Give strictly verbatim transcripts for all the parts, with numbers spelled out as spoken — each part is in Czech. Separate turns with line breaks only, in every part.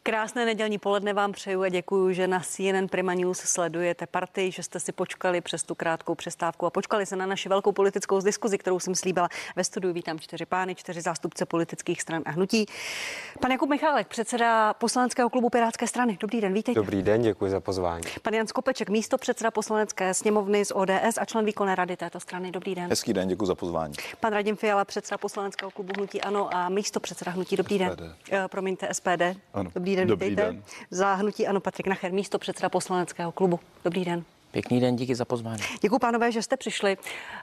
Krásné nedělní poledne vám přeju a děkuji, že na C N N Prima News sledujete Partii, že jste si počkali přes tu krátkou přestávku a počkali se na naši velkou politickou diskuzi, kterou jsem slíbila. Ve studiu vítám čtyři pány, čtyři zástupce politických stran a hnutí. Pan Jakub Michálek, předseda poslaneckého klubu Pirátské strany. Dobrý den, vítejte.
Dobrý den, děkuji za pozvání.
Pan Jan Skopeček, místo předseda poslanecké sněmovny z O D S a člen výkonné rady této strany. Dobrý den.
Hezký den, děkuji za pozvání.
Pan Radim Fiala, předseda poslaneckého klubu hnutí ANO a místo předseda hnutí. Dobrý den. Uh, promiňte, S P D.
Ano.
Dobrý den,
Dobrý
vítejte.
den.
Za hnutí ANO Patrik Nacher, místo předseda poslaneckého klubu. Dobrý den.
Pěkný den, díky za pozvání.
Děkuji, pánové, že jste přišli.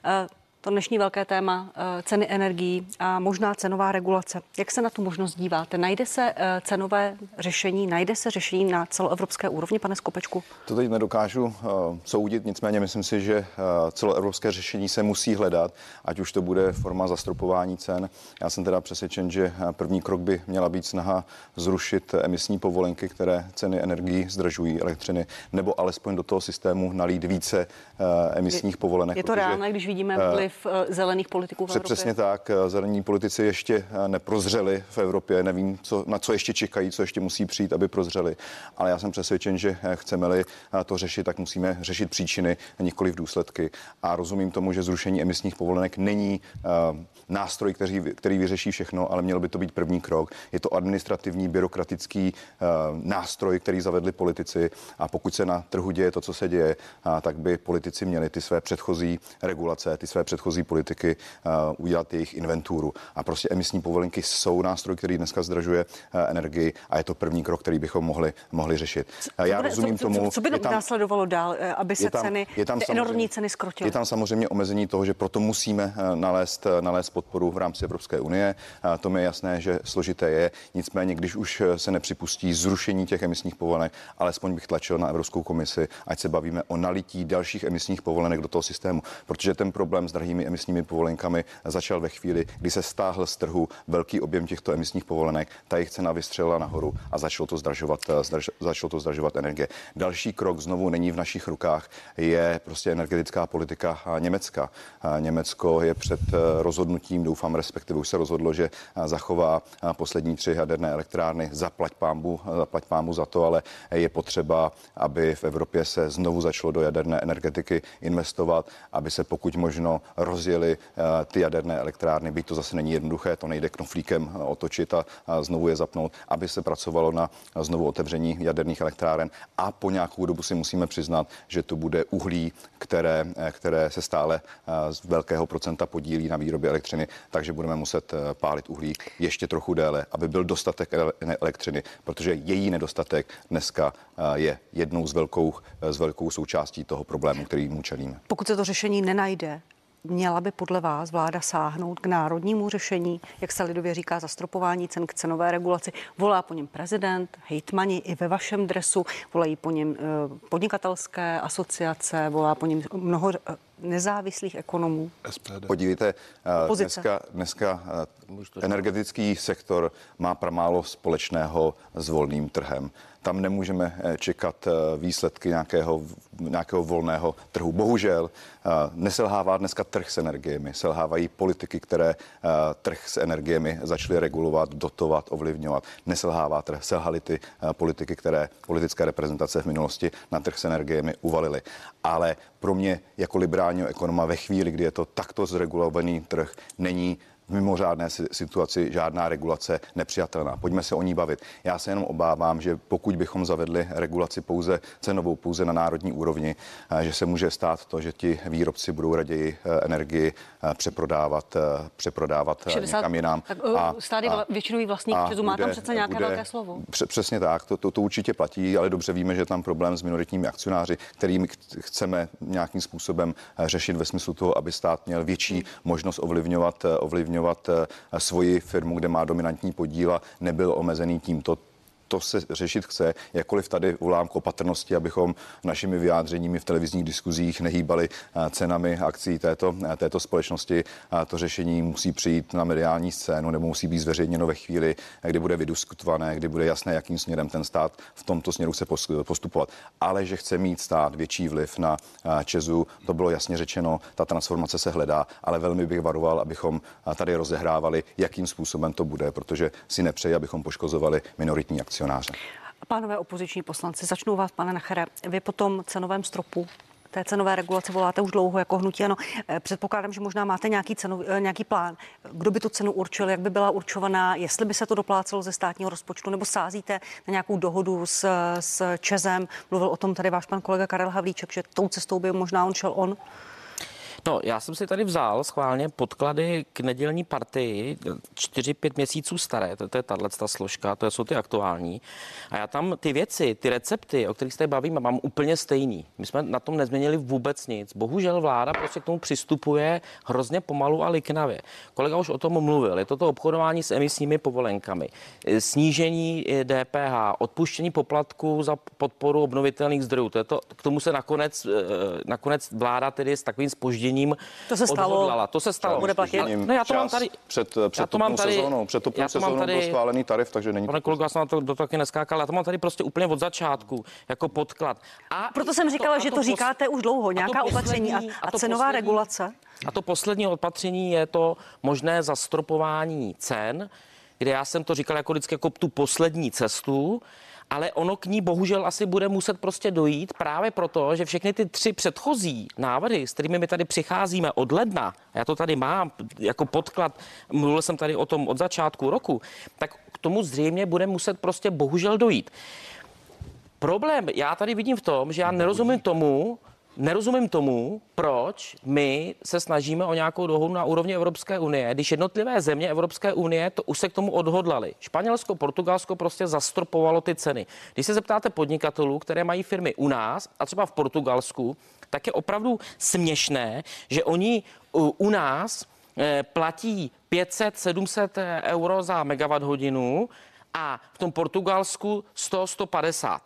To dnešní velké téma, ceny energií a možná cenová regulace. Jak se na tu možnost díváte? Najde se cenové řešení, najde se řešení na celoevropské úrovni, pane Skopečku?
To teď nedokážu uh, soudit, nicméně myslím si, že uh, celoevropské řešení se musí hledat, ať už to bude forma zastropování cen. Já jsem teda přesvědčen, že první krok by měla být snaha zrušit emisní povolenky, které ceny energií zdražují, elektřiny, nebo alespoň do toho systému nalít více uh, emisních
je,
povolenek.
Je to
protože,
reálné, když vidíme vliv zelených politiků v Evropě?
Přesně tak. Zelení politici ještě neprozřeli v Evropě. Nevím, co, na co ještě čekají, co ještě musí přijít, aby prozřeli. Ale já jsem přesvědčen, že chceme-li to řešit, tak musíme řešit příčiny, nikoli v důsledky. A rozumím tomu, že zrušení emisních povolenek není uh, nástroj, který, který vyřeší všechno, ale měl by to být první krok. Je to administrativní, byrokratický uh, nástroj, který zavedli politici. A pokud se na trhu děje to, co se děje, uh, tak by politici měli ty své předchozí regulace, ty své předchozí politiky uh, udělat jejich inventuru. A prostě emisní povolenky jsou nástroj, který dneska zdražuje uh, energii a je to první krok, který bychom mohli, mohli řešit. Uh, já
bude,
rozumím
co,
tomu.
Co, co by tam následovalo dál, aby se
tam,
ceny, ty enormní ceny skrotily?
Je tam samozřejmě omezení toho, že proto musíme uh, nalézt, uh, nalézt podporu v rámci Evropské unie. Uh, to mi je jasné, že složité je. Nicméně, když už se nepřipustí zrušení těch emisních povolenek, alespoň bych tlačil na Evropskou komisi, ať se bavíme o nalití dalších emisních povolenek do toho systému, protože ten problém s drahými emisními povolenkami začal ve chvíli, kdy se stáhl z trhu velký objem těchto emisních povolenek, ta jejich cena vystřelila nahoru a začalo to zdražovat, zdraž, začalo to zdražovat energie. Další krok znovu není v našich rukách, je prostě energetická politika Německa. Německo je před rozhodnutím, doufám, respektive už se rozhodlo, že zachová poslední tři jaderné elektrárny. Zaplať pánbu, zaplať pánbu za to, ale je potřeba, aby v Evropě se znovu začalo do jaderné energetiky investovat, aby se pokud možno rozjeli ty jaderné elektrárny, byť to zase není jednoduché, to nejde knoflíkem otočit a znovu je zapnout, aby se pracovalo na znovu otevření jaderných elektráren a po nějakou dobu si musíme přiznat, že to bude uhlí, které, které se stále z velkého procenta podílí na výrobě elektřiny, takže budeme muset pálit uhlí ještě trochu déle, aby byl dostatek elektřiny, protože její nedostatek dneska je jednou z velkou, z velkou součástí toho problému, který mu čelíme.
Pokud se to řešení nenajde, měla by podle vás vláda sáhnout k národnímu řešení, jak se lidově říká, zastropování cen, k cenové regulaci? Volá po něm prezident, hejtmani i ve vašem dresu, volají po něm podnikatelské asociace, volá po něm mnoho nezávislých ekonomů.
S P D. Podívejte, dneska, dneska energetický sektor má pramálo společného s volným trhem. Tam nemůžeme čekat výsledky nějakého, nějakého volného trhu. Bohužel neselhává dneska trh s energiemi. Selhávají politiky, které trh s energiemi začaly regulovat, dotovat, ovlivňovat. Neselhává trh. Selhaly ty politiky, které politické reprezentace v minulosti na trh s energiemi uvalily. Ale pro mě jako liberálního ekonoma ve chvíli, kdy je to takto zregulovaný trh, není v mimořádné situaci žádná regulace nepřijatelná. Pojďme se o ní bavit. Já se jenom obávám, že pokud bychom zavedli regulaci pouze cenovou, pouze na národní úrovni, že se může stát to, že ti výrobci budou raději energii přeprodávat, přeprodávat někam jinam.
A, stát je většinový vlastník ČEZu, má tam přece nějaké bude, velké slovo.
Přesně tak, to, to, to určitě platí, ale dobře víme, že tam problém s minoritními akcionáři, kterými chceme nějakým způsobem řešit ve smyslu toho, aby stát měl větší možnost ovlivňovat, ovlivňovat svoji firmu, kde má dominantní podíl a nebyl omezený tímto. To se řešit chce, jakkoliv tady volám k opatrnosti, abychom našimi vyjádřeními v televizních diskuzích nehýbali cenami akcí této, této společnosti. To řešení musí přijít na mediální scénu nebo musí být zveřejněno ve chvíli, kdy bude vydiskutované, kdy bude jasné, jakým směrem ten stát v tomto směru se postupovat. Ale že chce mít stát větší vliv na ČEZu, to bylo jasně řečeno, ta transformace se hledá, ale velmi bych varoval, abychom tady rozehrávali, jakým způsobem to bude, protože si nepřeji, abychom poškozovali minoritní akcionáře. koncesionáře.
Pánové opoziční poslanci, začnu vás, pane Nachere. Vy po tom cenovém stropu té cenové regulace voláte už dlouho jako hnutí ANO. Předpokládám, že možná máte nějaký, cenu, nějaký plán. Kdo by tu cenu určil, jak by byla určovaná, jestli by se to doplácelo ze státního rozpočtu, nebo sázíte na nějakou dohodu s, s Čezem. Mluvil o tom tady váš pan kolega Karel Havlíček, že tou cestou by možná on šel on.
No, já jsem si tady vzal schválně podklady k nedělní partii, čtyři, pět měsíců staré, to, to je tahle ta složka, to jsou ty aktuální. A já tam ty věci, ty recepty, o kterých se tady bavíme, mám úplně stejný. My jsme na tom nezměnili vůbec nic. Bohužel vláda prostě k tomu přistupuje hrozně pomalu a liknavě. Kolega už o tom mluvil, je to to obchodování s emisními povolenkami, snížení D P H, odpuštění poplatků za podporu obnovitelných zdrojů. To je to, k tomu se nakonec, nakonec vláda tedy s takovým zpožděním
To se stalo.
Odhodlala. To se stalo.
Bude platit.
No, já to mám tady.
Před, před topnou sezónou, před topnou sezónou byl schválený tarif, takže není.
Pane kolego, já jsem na to do taky neskákal. Já to mám tady prostě úplně od začátku jako podklad.
A proto jsem říkala, to, že to, to říkáte už dlouho, nějaká opatření a, a cenová poslední, regulace.
A to poslední opatření je to možné zastropování cen, kde já jsem to říkal jako vždycky jako tu poslední cestu. Ale ono k ní bohužel asi bude muset prostě dojít právě proto, že všechny ty tři předchozí návrhy, s kterými my tady přicházíme od ledna, já to tady mám jako podklad, mluvil jsem tady o tom od začátku roku, tak k tomu zřejmě bude muset prostě bohužel dojít. Problém já tady vidím v tom, že já nerozumím tomu, Nerozumím tomu, proč my se snažíme o nějakou dohodu na úrovni Evropské unie, když jednotlivé země Evropské unie to už se k tomu odhodlali. Španělsko, Portugalsko prostě zastropovalo ty ceny. Když se zeptáte podnikatelů, které mají firmy u nás a třeba v Portugalsku, tak je opravdu směšné, že oni u, u nás eh, platí pět set sedm set euro za megawatt hodinu a v tom Portugalsku sto sto padesát.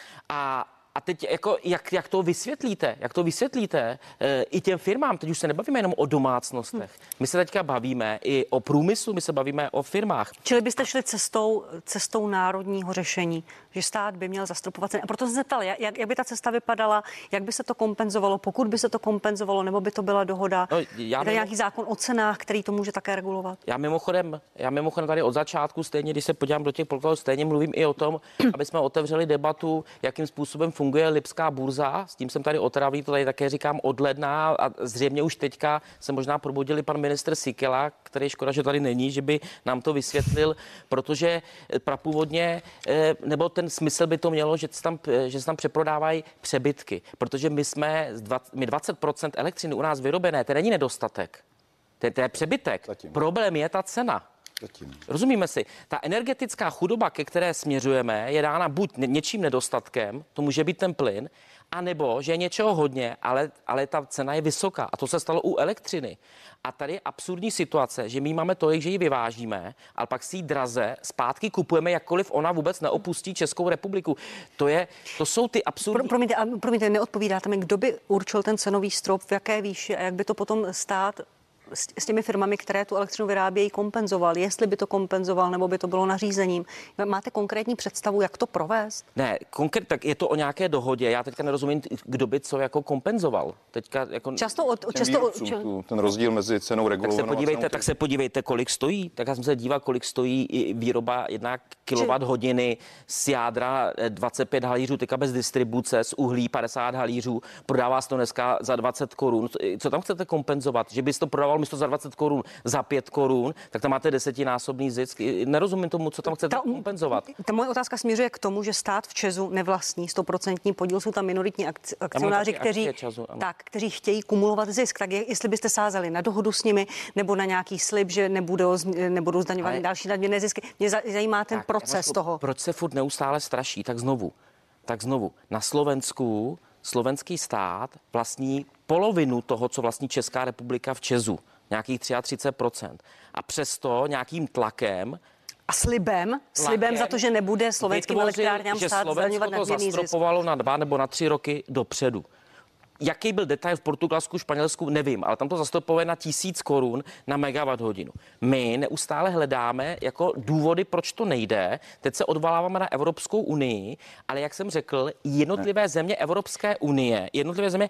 A A teď jako, jak, jak to vysvětlíte? Jak to vysvětlíte e, i těm firmám? Teď už se nebavíme jenom o domácnostech. My se teďka bavíme i o průmyslu, my se bavíme o firmách.
Čili byste šli cestou, cestou národního řešení, že stát by měl zastropovat ceny. A proto jsem se ptal, jak, jak by ta cesta vypadala, jak by se to kompenzovalo, pokud by se to kompenzovalo, nebo by to byla dohoda, no, já mimo... nějaký zákon o cenách, který to může také regulovat? Já
mimochodem, já mimochodem tady od začátku, stejně když se podívám do těch podkladů, stejně mluvím i o tom, aby jsme otevřeli debatu, jakým způsobem funguje Lipská burza. S tím jsem tady otravý, to tady také říkám od ledna a zřejmě už teďka se možná probudili pan ministr Síkela, který škoda, že tady není, že by nám to vysvětlil, protože prapůvodně, nebo ten smysl by to mělo, že se tam, že se tam přeprodávají přebytky, protože my jsme, my dvacet procent elektřiny u nás vyrobené, to není nedostatek, to, to je přebytek. Zatím. Problém je ta cena. Zatím. Rozumíme si, ta energetická chudoba, ke které směřujeme, je dána buď něčím nedostatkem, to může být ten plyn, anebo, že je něčeho hodně, ale, ale ta cena je vysoká. A to se stalo u elektřiny. A tady je absurdní situace, že my máme tolik, že ji vyvážíme, ale pak si ji draze zpátky kupujeme, jakkoliv ona vůbec neopustí Českou republiku. To, je, to jsou ty absurdní...
Pro, promiňte, promiňte, neodpovídáte mi, kdo by určil ten cenový strop, v jaké výši a jak by to potom stát s těmi firmami, které tu elektřinu vyrábějí, kompenzoval, jestli by to kompenzoval, nebo by to bylo nařízením. Máte konkrétní představu, jak to provést?
Ne, konkrétně tak je to o nějaké dohodě. Já teďka nerozumím, kdo by co jako kompenzoval. Teďka jako
často od, často od,
ten rozdíl mezi cenou regulovanou.
Tak se podívejte, tak se podívejte, kolik stojí. Tak já jsem se díval, kolik stojí i výroba jedna kilowatt hodiny z jádra dvacet pět halířů, teďka bez distribuce, z uhlí padesát halířů. Prodává se to dneska za dvacet korun. Co tam chcete kompenzovat? Že bys to prodával místo za dvacet korun za pět korun, tak tam máte desetinásobný zisk. Nerozumím tomu, co tam chcete ta, kompenzovat.
Ta moje otázka směřuje k tomu, že stát v Česu nevlastní stoprocentní podíl, jsou tam minoritní akci, akcionáři, kteří, času, tak, kteří chtějí kumulovat zisk. Tak je, jestli byste sázeli na dohodu s nimi nebo na nějaký slib, že nebudou, nebudou zdaňovat další nadměrné zisky. Mě zajímá ten tak, proces toho.
Proč se furt neustále straší? Tak znovu, tak znovu. Na Slovensku slovenský stát vlastní polovinu toho, co vlastní Česká republika v Česu. Nějakých třicet tři procent. A přesto nějakým tlakem
a slibem, slibem za to, že nebude slovenským elektrárnám stát zdaňovat nadměrný zisk.
Že Slovensko to zastropovalo na dva nebo na tři roky dopředu. Jaký byl detail v Portugalsku, Španělsku, nevím, ale tam to zastropovalo na tisíc korun na megawatt hodinu. My neustále hledáme jako důvody, proč to nejde. Teď se odvoláváme na Evropskou unii, ale jak jsem řekl, jednotlivé země Evropské unie, jednotlivé země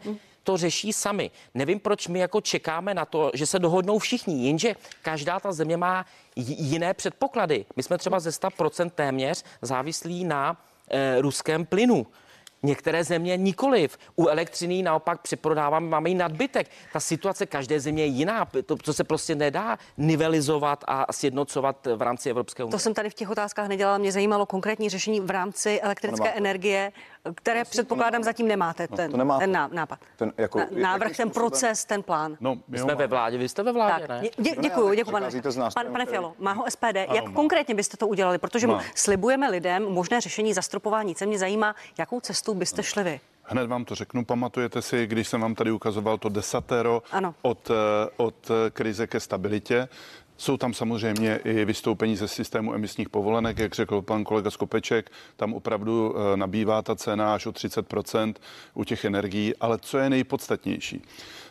to řeší sami. Nevím, proč my jako čekáme na to, že se dohodnou všichni, jenže každá ta země má jiné předpoklady. My jsme třeba ze sto procent téměř závislí na e, ruském plynu. Některé země nikoliv. U elektřiny naopak přeprodáváme, máme jí nadbytek. Ta situace každé země je jiná. To, to se prostě nedá nivelizovat a sjednocovat v rámci Evropské unie.
To jsem tady v těch otázkách nedělala. Mě zajímalo konkrétní řešení v rámci elektrické energie, které předpokládám zatím nemáte, ten, no, nemáte. ten nápad. Ten, jako, návrh, ten proces, ten plán.
No, my jsme ve vládě, vy jste ve vládě, tak, ne?
Dě, děkuju, děkuju, pane, pan, pane Fialo. Má ho S P D. Jak ano, konkrétně byste to udělali? Protože no. slibujeme lidem možné řešení zastropování cen. Mě zajímá, jakou cestou byste šli vy.
Hned vám to řeknu. Pamatujete si, když jsem vám tady ukazoval to desatero od, od krize ke stabilitě? Jsou tam samozřejmě i vystoupení ze systému emisních povolenek, jak řekl pan kolega Skopeček, tam opravdu nabývá ta cena až o třicet procent u těch energií, ale co je nejpodstatnější?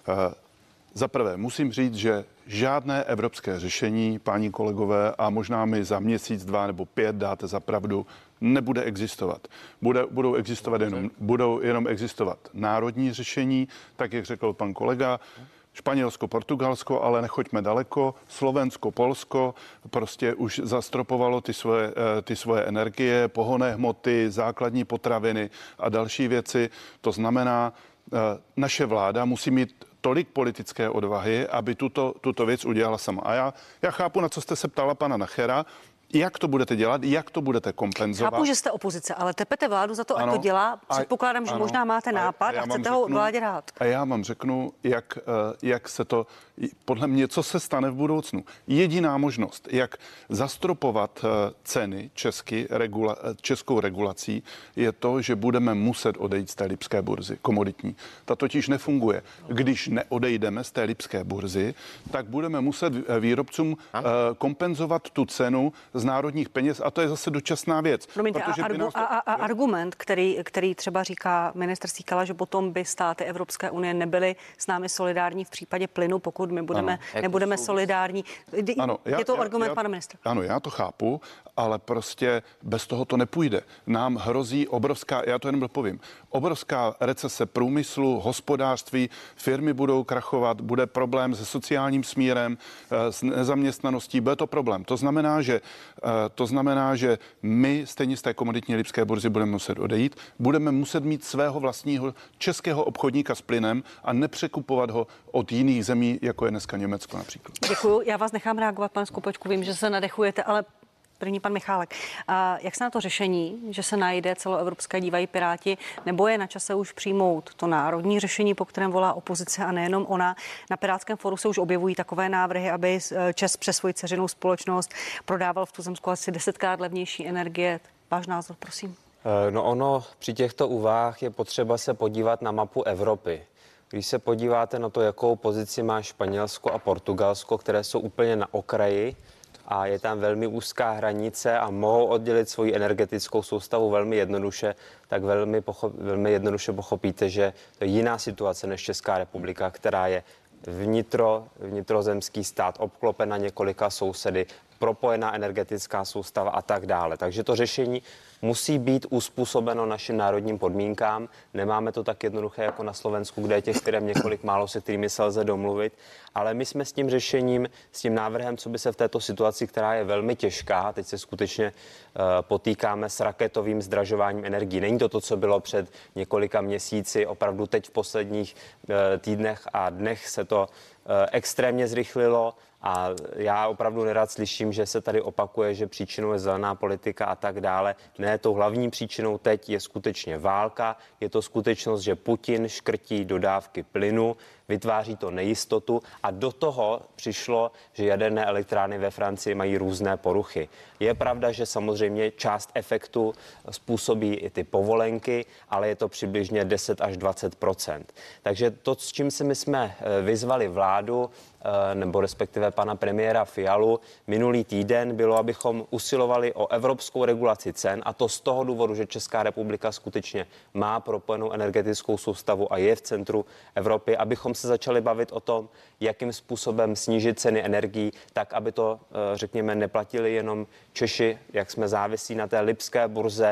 Za prvé musím říct, že žádné evropské řešení, páni kolegové, a možná mi za měsíc, dva nebo pět dáte za pravdu, nebude existovat. Bude, budou existovat jenom, budou jenom existovat národní řešení, tak jak řekl pan kolega, Španělsko, Portugalsko, ale nechoďme daleko, Slovensko, Polsko prostě už zastropovalo ty svoje, ty svoje energie, pohonné hmoty, základní potraviny a další věci. To znamená, naše vláda musí mít tolik politické odvahy, aby tuto, tuto věc udělala sama. A já, já chápu, na co jste se ptala pana Nachera. Jak to budete dělat, jak to budete kompenzovat?
Chápu, že jste opozice, ale tepete vládu za to, ano, ať to dělá. Předpokládám, že ano, možná máte nápad a, a chcete řeknu, ho vládě dát.
A já vám řeknu, jak, jak se to, podle mě, co se stane v budoucnu. Jediná možnost, jak zastropovat ceny česky, regula, českou regulací, je to, že budeme muset odejít z té lipské burzy, komoditní. Ta totiž nefunguje. Když neodejdeme z té lipské burzy, tak budeme muset výrobcům kompenzovat tu cenu z národních peněz a to je zase dočasná věc.
Promiňte, a, argu, to... a, a argument, který, který třeba říká ministr Síkela, že potom by státy Evropské unie nebyly s námi solidární v případě plynu, pokud my budeme, nebudeme solidární. Ano, je to já, argument já, pana ministra?
Ano, já to chápu, ale prostě bez toho to nepůjde. Nám hrozí obrovská, já to jenom dopovím, obrovská recese průmyslu, hospodářství, firmy budou krachovat, bude problém se sociálním smírem, s nezaměstnaností, bude to problém. To znamená, že To znamená, že my stejně z té komoditní lipské burzy budeme muset odejít, budeme muset mít svého vlastního českého obchodníka s plynem a nepřekupovat ho od jiných zemí, jako je dneska Německo například.
Děkuju, já vás nechám reagovat, pane Skopečku, vím, že se nadechujete, ale první pan Michálek. A jak se na to řešení, že se najde celoevropské, dívají Piráti, nebo je na čase už přijmout to národní řešení, po kterém volá opozice a nejenom ona? Na Pirátském fóru se už objevují takové návrhy, aby ČEZ přes svoji dceřinou společnost prodával v tuzemsku asi desetkrát levnější energie. Váš názor, prosím.
No ono, při těchto úvahách je potřeba se podívat na mapu Evropy. Když se podíváte na to, jakou pozici má Španělsko a Portugalsko, které jsou úplně na okraji, a je tam velmi úzká hranice a mohou oddělit svoji energetickou soustavu velmi jednoduše, tak velmi, pochop, velmi jednoduše pochopíte, že to je jiná situace než Česká republika, která je vnitro, vnitrozemský stát, obklopena několika sousedy, propojená energetická soustava a tak dále. Takže to řešení musí být uspůsobeno našim národním podmínkám. Nemáme to tak jednoduché jako na Slovensku, kde je těch firem několik málo, se kterými se lze domluvit. Ale my jsme s tím řešením, s tím návrhem, co by se v této situaci, která je velmi těžká, teď se skutečně uh, potýkáme s raketovým zdražováním energií. Není to to, co bylo před několika měsíci, opravdu teď v posledních uh, týdnech a dnech se to uh, extrémně zrychlilo. A já opravdu nerad slyším, že se tady opakuje, že příčinou je zelená politika a tak dále. Ne, tou hlavní příčinou teď je skutečně válka. Je to skutečnost, že Putin škrtí dodávky plynu, vytváří to nejistotu a do toho přišlo, že jaderné elektrárny ve Francii mají různé poruchy. Je pravda, že samozřejmě část efektu způsobí i ty povolenky, ale je to přibližně deset až dvacet procent. Takže to, s čím si my jsme vyzvali vládu, nebo respektive pana premiéra Fialu minulý týden, bylo, abychom usilovali o evropskou regulaci cen, a to z toho důvodu, že Česká republika skutečně má propojenou energetickou soustavu a je v centru Evropy, abychom se začali bavit o tom, jakým způsobem snížit ceny energií, tak, aby to, řekněme, neplatili jenom Češi, jak jsme závisí na té lipské burze,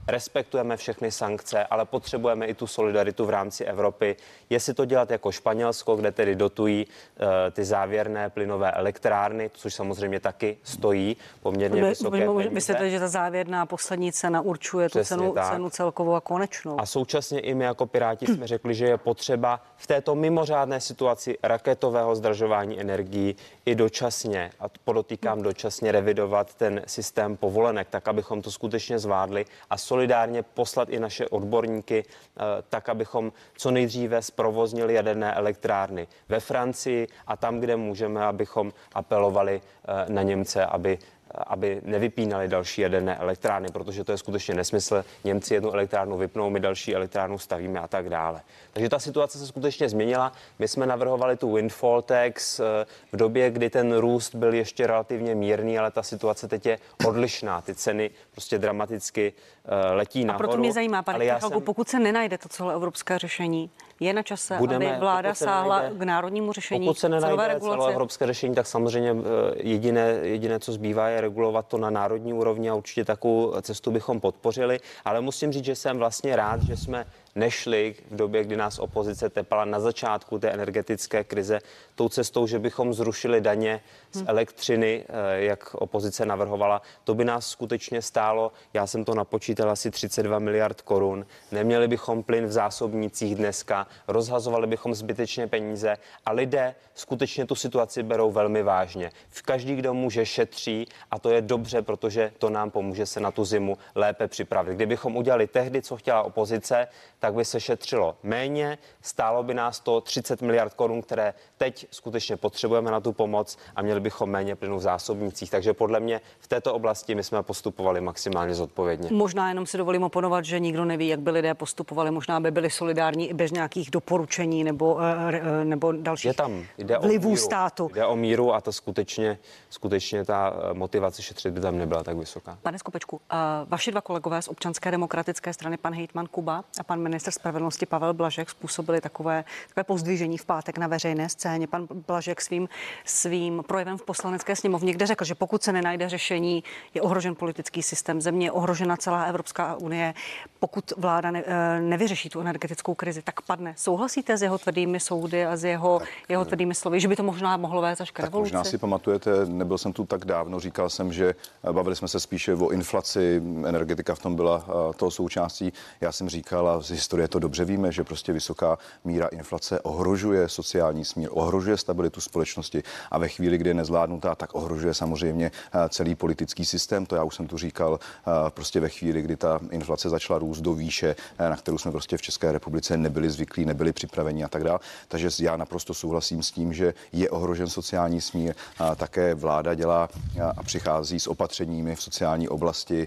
respektujeme všechny sankce, ale potřebujeme i tu solidaritu v rámci Evropy. Jestli to dělat jako Španělsko, kde tedy dotují uh, ty závěrné plynové elektrárny, což samozřejmě taky stojí poměrně
Vy,
vysoké
vy,
peníze.
Myslíte, že ta závěrná poslední cena určuje tu cenu, cenu celkovou a konečnou?
A současně i my jako Piráti jsme řekli, že je potřeba v této mimořádné situaci raketového zdražování energií i dočasně, a podotýkám dočasně, revidovat ten systém povolenek, tak abychom to skutečně zvládli a solidárně poslat i naše odborníky, tak abychom co nejdříve zprovoznili jaderné elektrárny ve Francii a tam, kde můžeme, abychom apelovali na Němce, aby aby nevypínali další jaderné elektrárny, protože to je skutečně nesmysl. Němci jednu elektrárnu vypnou, my další elektrárnu stavíme a tak dále. Takže ta situace se skutečně změnila. My jsme navrhovali tu windfall tax v době, kdy ten růst byl ještě relativně mírný, ale ta situace teď je odlišná. Ty ceny prostě dramaticky letí nahoru.
A proto mě zajímá, pane Krychalku,
jsem... pokud
se nenajde to celé evropské řešení, je na čase,
Budeme,
aby vláda sáhla
nenajde,
k národnímu řešení.
Pokud se nenajde
celé
evropské řešení, tak samozřejmě jediné, jediné, co zbývá, je regulovat to na národní úrovni a určitě takovou cestu bychom podpořili. Ale musím říct, že jsem vlastně rád, že jsme nešli v době, kdy nás opozice tepala na začátku té energetické krize tou cestou, že bychom zrušili daně z elektřiny, jak opozice navrhovala. To by nás skutečně stálo, já jsem to napočítal, asi třicet dva miliard korun. Neměli bychom plyn v zásobnících dneska, rozhazovali bychom zbytečně peníze a lidé skutečně tu situaci berou velmi vážně. V každý, kdo může, šetří a to je dobře, protože to nám pomůže se na tu zimu lépe připravit. Kdybychom udělali tehdy, co chtěla opozice, tak by se šetřilo méně, stálo by nás to třicet miliard korun, které teď skutečně potřebujeme na tu pomoc a měli bychom méně plynu v zásobnících. Takže podle mě v této oblasti my jsme postupovali maximálně zodpovědně.
Možná jenom si dovolím oponovat, že nikdo neví, jak by lidé postupovali. Možná by byli solidární i bez nějakých doporučení nebo, nebo dalších
je tam, jde
vlivů
o míru,
státu.
Jde o míru a to skutečně, skutečně ta motivace šetřit by tam nebyla tak vysoká.
Pane Skopečku, vaši dva kolegové z Občanské demokratické strany, pan hejtman Kuba a pan ministr spravedlnosti Pavel Blažek, způsobili takové, takové pozdvižení v pátek na veřejné scéně. Pan Blažek svým, svým projevem v Poslanecké sněmovně, kde řekl, že pokud se nenajde řešení, je ohrožen politický systém země, je ohrožena celá Evropská unie. Pokud vláda ne, nevyřeší tu energetickou krizi, tak padne. Souhlasíte s jeho tvrdými soudy a s jeho, tak, jeho tvrdými slovy, že by to možná mohlo vést až k revoluci?
Možná si pamatujete, nebyl jsem tu tak dávno, říkal jsem, že bavili jsme se spíše o inflaci, energetika v tom byla toho součástí. Já jsem říkal, a z historie to dobře víme, že prostě vysoká míra inflace ohrožuje sociální smír, ohrožuje stabilitu společnosti a ve chvíli, kdy je nezvládnutá, tak ohrožuje samozřejmě celý politický systém. To já už jsem tu říkal, prostě ve chvíli, kdy ta inflace začala růst do výše, na kterou jsme prostě v České republice nebyli zvyklí, nebyli připraveni a tak dále. Takže já naprosto souhlasím s tím, že je ohrožen sociální smír. A také vláda dělá a přichází s opatřeními v sociální oblasti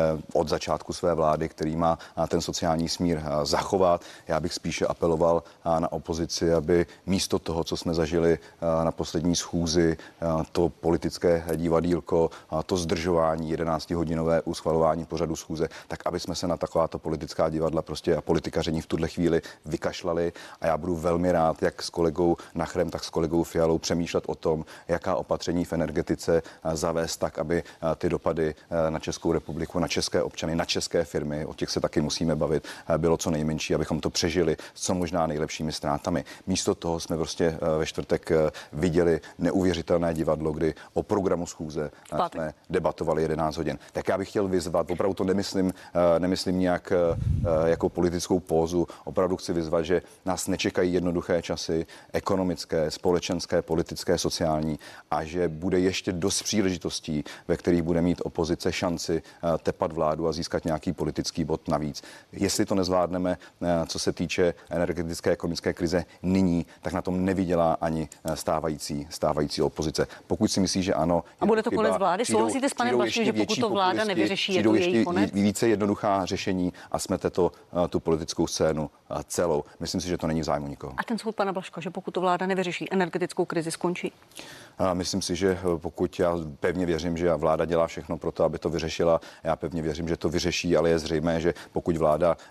od začátku své vlády, který má ten sociální smír zachovat. Já bych spíše apeloval na opozici, aby místo toho, co jsme zažili na poslední schůzi, to politické divadýlko, to zdržování jedenáctihodinové u schvalování pořadu schůze, tak aby jsme se na takováto politická divadla prostě a politikaření v tuhle chvíli vykašlali. A já budu velmi rád, jak s kolegou Nachrem, tak s kolegou Fialou přemýšlet o tom, jaká opatření v energetice zavést tak, aby ty dopady na Českou republiku, na české občany, na české firmy, o těch se taky musíme bavit, bylo co nejmenší, abychom to přežili s co možná nejlepšími ztrátami. Místo toho jsme prostě ve čtvrtek viděli neuvěřitelné divadlo, kdy o programu schůze Pátek. jsme debatovali jedenáct hodin. Tak já bych chtěl vyzvat, opravdu to nemyslím, nemyslím nějak jako politickou pózu, opravdu chci vyzvat, že nás nečekají jednoduché časy, ekonomické, společenské, politické, sociální a že bude ještě dost příležitostí, ve kterých bude mít opozice šanci tepat vládu a získat nějaký politický bod navíc. Jestli to nezvládneme, co se týče energetické ekonomické krize nyní, tak na tom nevydělá ani stávající, stávající opozice. Pokud si myslí, že ano.
A bude to konec vlády? Souhlasíte s panem Blažkem, že pokud to vláda nevyřeší, je to její konec?
Více jednoduchá řešení a smete to tu politickou scénu celou. Myslím si, že to není v zájmu nikoho.
A ten soud pana Blažka, že pokud to vláda nevyřeší, energetickou krizi skončí?
A myslím si, že pokud já pevně věřím, že vláda dělá všechno pro to, aby to vyřešila, já pevně věřím, že to vyřeší, ale je zřejmé, že pokud vláda nebude schopná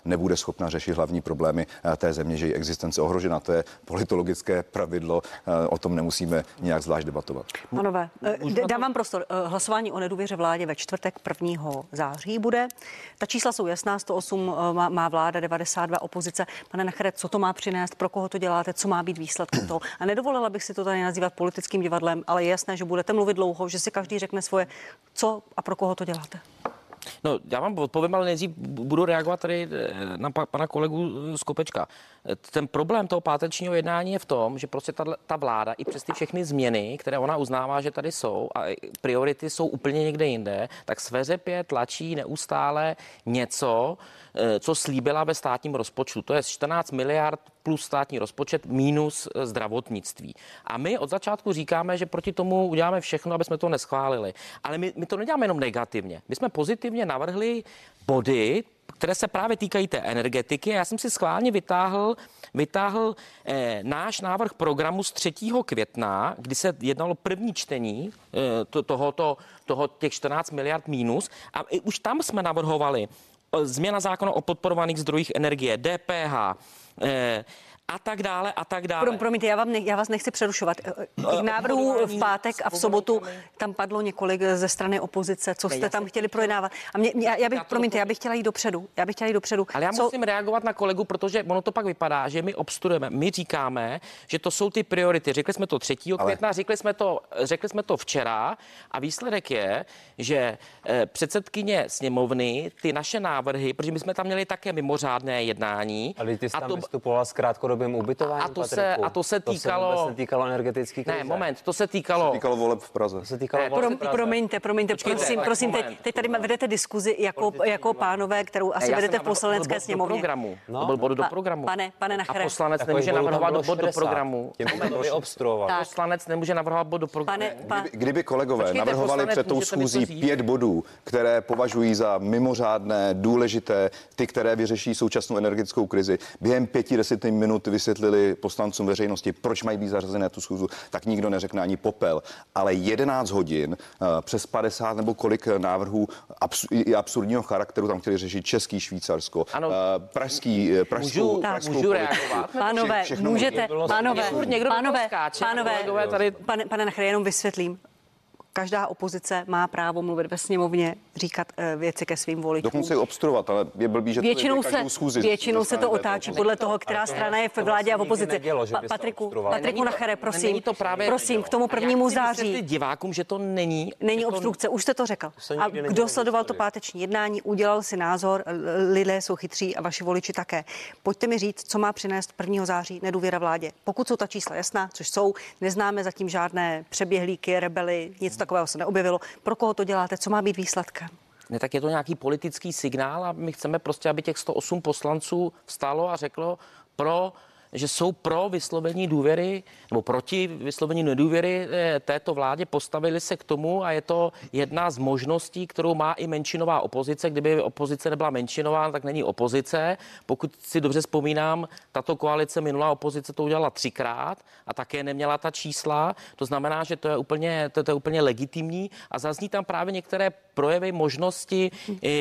schopna řešit hlavní problémy té země, že její existence ohrožena. To je politologické pravidlo, o tom nemusíme nějak zvlášť debatovat.
Panové, dám vám prostor. Hlasování o nedůvěře vládě ve čtvrtek prvního září bude. Ta čísla jsou jasná, sto osm má, má vláda, devadesát dva opozice. Pane Nachere, co to má přinést, pro koho to děláte, co má být výsledkem toho? A nedovolila bych si to tady nazývat politickým divadlem, ale je jasné, že budete mluvit dlouho, že si každý řekne svoje, co a pro koho to děláte.
No, já vám odpovím, ale nejdřív budu reagovat tady na pa, pana kolegu Skopečka. Ten problém toho pátečního jednání je v tom, že prostě ta, ta vláda i přes ty všechny změny, které ona uznává, že tady jsou a priority jsou úplně někde jinde, tak sveřepě tlačí neustále něco, co slíbila ve státním rozpočtu. To je čtrnáct miliard plus státní rozpočet minus zdravotnictví. A my od začátku říkáme, že proti tomu uděláme všechno, aby jsme to neschválili. Ale my, my to neděláme jenom negativně. My jsme pozitivně navrhli body, které se právě týkají té energetiky. Já jsem si schválně vytáhl, vytáhl eh, náš návrh programu z třetího května, kdy se jednalo první čtení eh, to, tohoto, toho těch čtrnáct miliard mínus. A i, už tam jsme navrhovali změna zákona o podporovaných zdrojích energie, D P H, eh, a tak dále, a tak dále.
Pro, promiňte, já, vám ne, já vás nechci přerušovat. Těch návrhů v pátek a v sobotu tam padlo několik ze strany opozice, co jste tam chtěli projednávat. A mě, mě, já bych, promiňte, já bych chtěla jít dopředu. Já bych chtěla jít dopředu.
Ale já
co...
musím reagovat na kolegu, protože ono to pak vypadá, že my obstruujeme. My říkáme, že to jsou ty priority. Řekli jsme to třetího května, řekli jsme to, řekli jsme to včera a výsledek je, že eh, předsedkyně sněmovny ty naše návrhy, protože my jsme tam měli také mimořádné jednání.
Ale ty jsi
a
tam
to
vystupovala z krátkodobým ubytování,
a to
Patriku.
se a to se týkalo
to se netýkalo energetických krize.
Ne, moment, to se týkalo
To se týkalo voleb v Praze.
To se týkalo
Ne,
voleb
Pro,
v Praze.
promiňte, promiňte,
Počkejte,
prosím,
tak
prosím,
moment.
teď, teď tady vedete diskuzi jako, jako pánové, kterou asi
Ne, já
vedete
jsem
v
navrhl
poslanecké
bod
sněmovně.
Do programu.
No.
To byl bod do
Pa-
programu.
pane- pane Nachere.
A poslanec
Takových
nemůže
bodů tam
navrhovat
bylo
bod do
šedesát.
programu.
Těm to vyobstruovat.
Tak.
Poslanec nemůže navrhovat bod do programu.
Pane, pa,
Kdyby, kdyby kolegové
Počkejte,
navrhovali
poslanec,
před tou
můžete mi to
schůzí
říct?
pět bodů, které považují za mimořádné, důležité, ty, které vyřeší současnou energetickou krizi, během pěti, deseti minut vysvětlili poslancům veřejnosti, proč mají být zařazené tu schůzu, tak nikdo neřekne ani popel. Ale jedenáct hodin, přes padesát nebo kolik návrhů abs- absurdního charakteru tam chtěli řešit Český, Švýcarsko,
Ano.
pražský, pražskou,
Můžu,
pražskou
můžu
politiku.
reagovat?
pánové,
všechno
můžete,
možné.
pánové,
Furt někdo do toho
pánové,
skáče,
pánové,
kolegové tady-
pane, pane Nachere, jenom vysvětlím. Každá opozice má právo mluvit ve sněmovně, říkat uh, věci ke svým voličům.
Dokonce i obstruovat, ale je blbý, že
Většinou
to je
se,
každou schůzi.
většinou
ze
se to
strany této
otáčí
opozice.
podle toho, která strana je ve vládě a v
nikdy
opozici.
nedělo, že
Pa,
byste
Patriku,
obstruoval.
Patriku Nachere, prosím,
Není to právě,
prosím, k tomu prvnímu
Já chci
září.
vysvětlit divákům, že to není.
Není
že to
obstrukce, už jste to řekl.
se
A
nikdy nedělo
kdo
v
sledoval to
historii.
páteční jednání, udělal si názor, l- lidé jsou chytří a vaši voliči také. Pojďte mi říct, co má přinést prvního září nedůvěra vládě. Pokud jsou ta čísla jasná, což jsou, neznáme zatím žádné přeběhlíky, rebely, nic takového se neobjevilo. Pro koho to děláte, co má být výsledkem?
Ne, tak je to nějaký politický signál a my chceme prostě, aby těch sto osm poslanců vstalo a řeklo pro, že jsou pro vyslovení důvěry nebo proti vyslovení nedůvěry eh, této vládě, postavili se k tomu a je to jedna z možností, kterou má i menšinová opozice. Kdyby opozice nebyla menšinová, tak není opozice. Pokud si dobře vzpomínám, tato koalice, minulá opozice to udělala třikrát a také neměla ta čísla. To znamená, že to je úplně, to, to je úplně legitimní a zazní tam právě některé projevy, možnosti.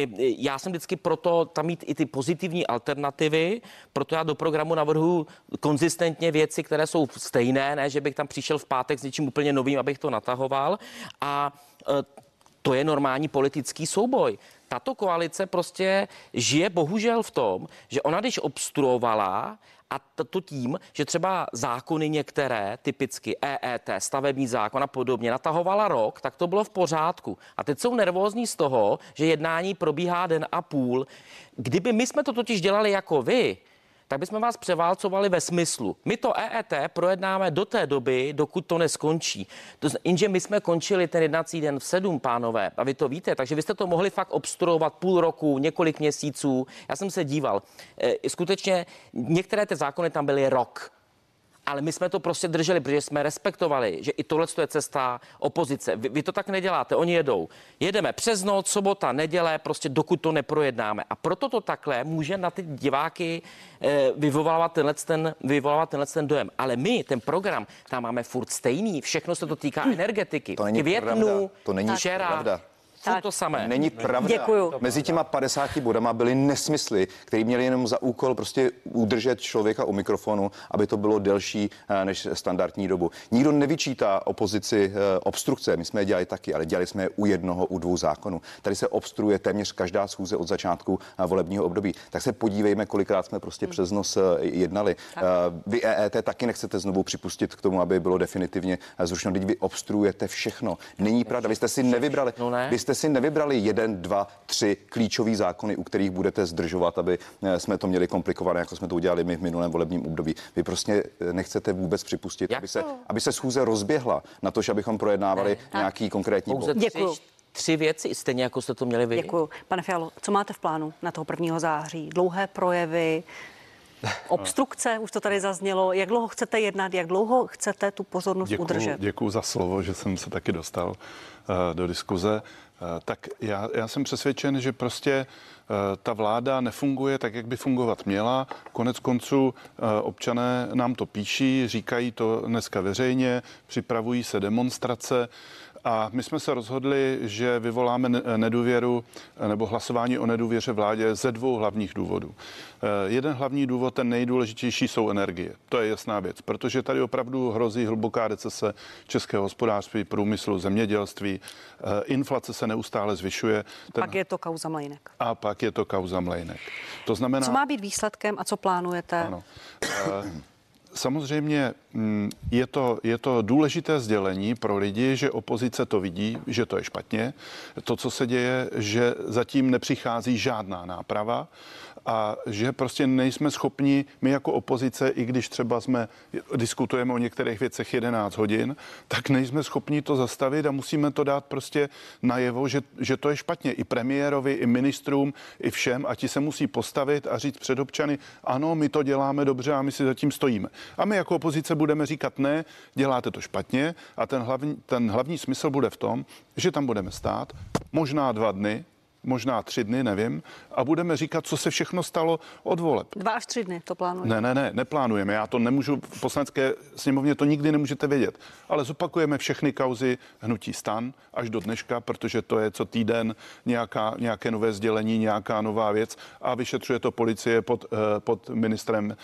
Já jsem vždycky proto tam mít i ty pozitivní alternativy, proto já do programu navrhuji konzistentně věci, které jsou stejné, ne, že bych tam přišel v pátek s něčím úplně novým, abych to natahoval. A to je normální politický souboj. Tato koalice prostě žije bohužel v tom, že ona, když obstruovala, a to tím, že třeba zákony některé, typicky E E T, stavební zákon a podobně, natahovala rok, tak to bylo v pořádku. A teď jsou nervózní z toho, že jednání probíhá den a půl. Kdyby my jsme to totiž dělali jako vy, tak bychom vás převálcovali ve smyslu. My to E E T projednáme do té doby, dokud to neskončí. To, jenže my jsme končili ten jednací den v sedm, pánové, a vy to víte, takže vy jste to mohli fakt obstruovat půl roku, několik měsíců. Já jsem se díval. E, skutečně některé ty zákony tam byly rok. Ale my jsme to prostě drželi, protože jsme respektovali, že i tohle je cesta opozice. Vy, vy to tak neděláte, oni jedou. Jedeme přes noc, sobota, neděle, prostě dokud to neprojednáme. A proto to takhle může na ty diváky eh, vyvolávat tenhle ten, vyvolávat tenhle ten dojem. Ale my, ten program, tam máme furt stejný, všechno se to týká energetiky.
To není
Květnu,
pravda. To není
včera,
pravda.
furt to samé.
Není pravda.
Děkuju.
Mezi těma padesáti bodama byly nesmysly, které měly jenom za úkol prostě udržet člověka u mikrofonu, aby to bylo delší než standardní dobu. Nikdo nevyčítá opozici obstrukce, my jsme je dělali taky, ale dělali jsme je u jednoho, u dvou zákonů. Tady se obstruuje téměř každá schůze od začátku volebního období. Tak se podívejme, kolikrát jsme prostě hmm. přes nos jednali. Tak. Vy E E T taky nechcete znovu připustit k tomu, aby bylo definitivně zrušeno. Teď vy obstruujete všechno. Není pravda. Vy jste si nevybrali,
no ne.
vy jste si nevybrali jeden, dva, tři klíčové zákony, u kterých budete zdržovat, aby jsme to měli komplikované, jako jsme to udělali my v minulém volebním období. Vy prostě nechcete vůbec připustit, aby se, aby se schůze rozběhla na to, že abychom projednávali ne. nějaký konkrétní
Pouze
bod.
Děkuju.
Tři věci, stejně jako jste to měli vy.
Děkuju. Pane Fialo, co máte v plánu na toho prvního září? Dlouhé projevy, obstrukce, už to tady zaznělo. Jak dlouho chcete jednat, jak dlouho chcete tu pozornost
děkuju,
udržet?
Děkuju za slovo, že jsem se taky dostal uh, do diskuze. Uh, tak já, já jsem přesvědčen, že prostě uh, ta vláda nefunguje tak, jak by fungovat měla. Konec konců uh, občané nám to píší, říkají to dneska veřejně, připravují se demonstrace. A my jsme se rozhodli, že vyvoláme nedůvěru nebo hlasování o nedůvěře vládě ze dvou hlavních důvodů. Jeden hlavní důvod, ten nejdůležitější, jsou energie. To je jasná věc, protože tady opravdu hrozí hluboká recese českého hospodářství, průmyslu, zemědělství. Inflace se neustále zvyšuje.
Ten... Pak je to kauza Mlejnek.
A pak je to kauza Mlejnek. To znamená...
Co má být výsledkem a co plánujete?
Ano. Samozřejmě je to, je to důležité sdělení pro lidi, že opozice to vidí, že to je špatně. To, co se děje, že zatím nepřichází žádná náprava a že prostě nejsme schopni, my jako opozice, i když třeba jsme diskutujeme o některých věcech jedenáct hodin, tak nejsme schopni to zastavit a musíme to dát prostě najevo, že, že to je špatně. I premiérovi, i ministrům, i všem, a ti se musí postavit a říct před občany, ano, my to děláme dobře a my si zatím stojíme. A my jako opozice budeme říkat ne, děláte to špatně a ten hlavní, ten hlavní smysl bude v tom, že tam budeme stát možná dva dny, možná tři dny, nevím, a budeme říkat, co se všechno stalo od voleb.
Dva až tři dny to plánujeme.
Ne, ne, ne, neplánujeme. Já to nemůžu, v poslanecké sněmovně to nikdy nemůžete vědět. Ale zopakujeme všechny kauzy hnutí STAN až do dneška, protože to je co týden nějaká, nějaké nové sdělení, nějaká nová věc a vyšetřuje to policie pod, pod ministrem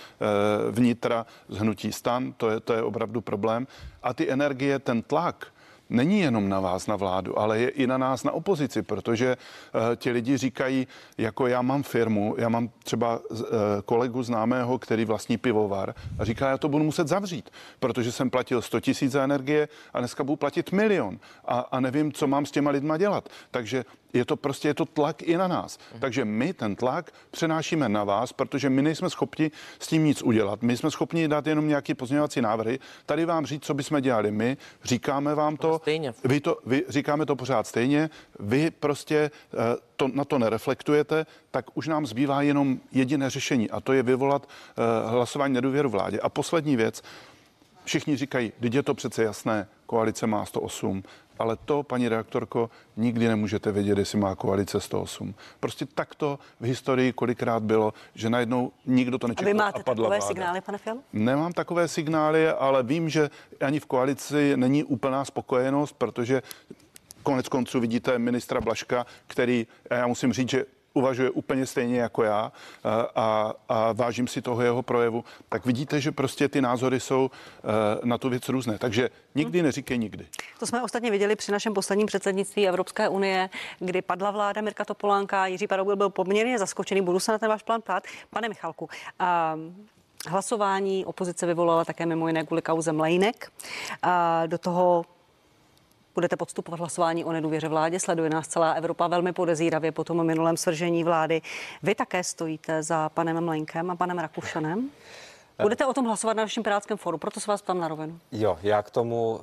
vnitra z hnutí STAN. To je, to je opravdu problém. A ty energie, ten tlak, není jenom na vás, na vládu, ale je i na nás, na opozici, protože uh, ti lidi říkají, jako já mám firmu, já mám třeba uh, kolegu známého, který vlastní pivovar a říká, já to budu muset zavřít, protože jsem platil sto tisíc za energie a dneska budu platit milion a, a nevím, co mám s těma lidma dělat. Takže je to prostě je to tlak i na nás. Takže my ten tlak přenášíme na vás, protože my nejsme schopni s tím nic udělat. My jsme schopni dát jenom nějaké pozměňovací návrhy. Tady vám říct, co bychom dělali my. Říkáme vám to.
Stejně.
Vy to vy říkáme to pořád stejně. Vy prostě to, na to nereflektujete, tak už nám zbývá jenom jediné řešení a to je vyvolat uh, hlasování nedůvěru vládě. A poslední věc. Všichni říkají, teď je to přece jasné, koalice má sto osm, ale to, paní redaktorko, nikdy nemůžete vědět, jestli má koalice sto osm. Prostě takto v historii kolikrát bylo, že najednou nikdo to nečekal.
A vy máte
a padla
takové
vláda.
signály, pane Fialo?
Nemám takové signály, ale vím, že ani v koalici není úplná spokojenost, protože konec konců vidíte ministra Blažka, který, já musím říct, že uvažuje úplně stejně jako já a, a, a vážím si toho jeho projevu, tak vidíte, že prostě ty názory jsou uh, na tu věc různé. Takže nikdy hmm. neříkej nikdy. To
jsme ostatně viděli při našem posledním předsednictví Evropské unie, kdy padla vláda Mirka Topolánka. Jiří Paroubek byl poměrně zaskočený. Budu se na ten váš plán ptát. Pane Michalku, um, hlasování opozice vyvolala také mimo jiné kvůli kauze Mlejnek. Uh, do toho budete podstupovat hlasování o nedůvěře vládě. Sleduje nás celá Evropa velmi podezíravě po tom minulém svržení vlády. Vy také stojíte za panem Mlejnkem a panem Rakušanem? Budete o tom hlasovat na našem pirátském fóru, proto se vás ptám na rovinu.
Jo, já k tomu,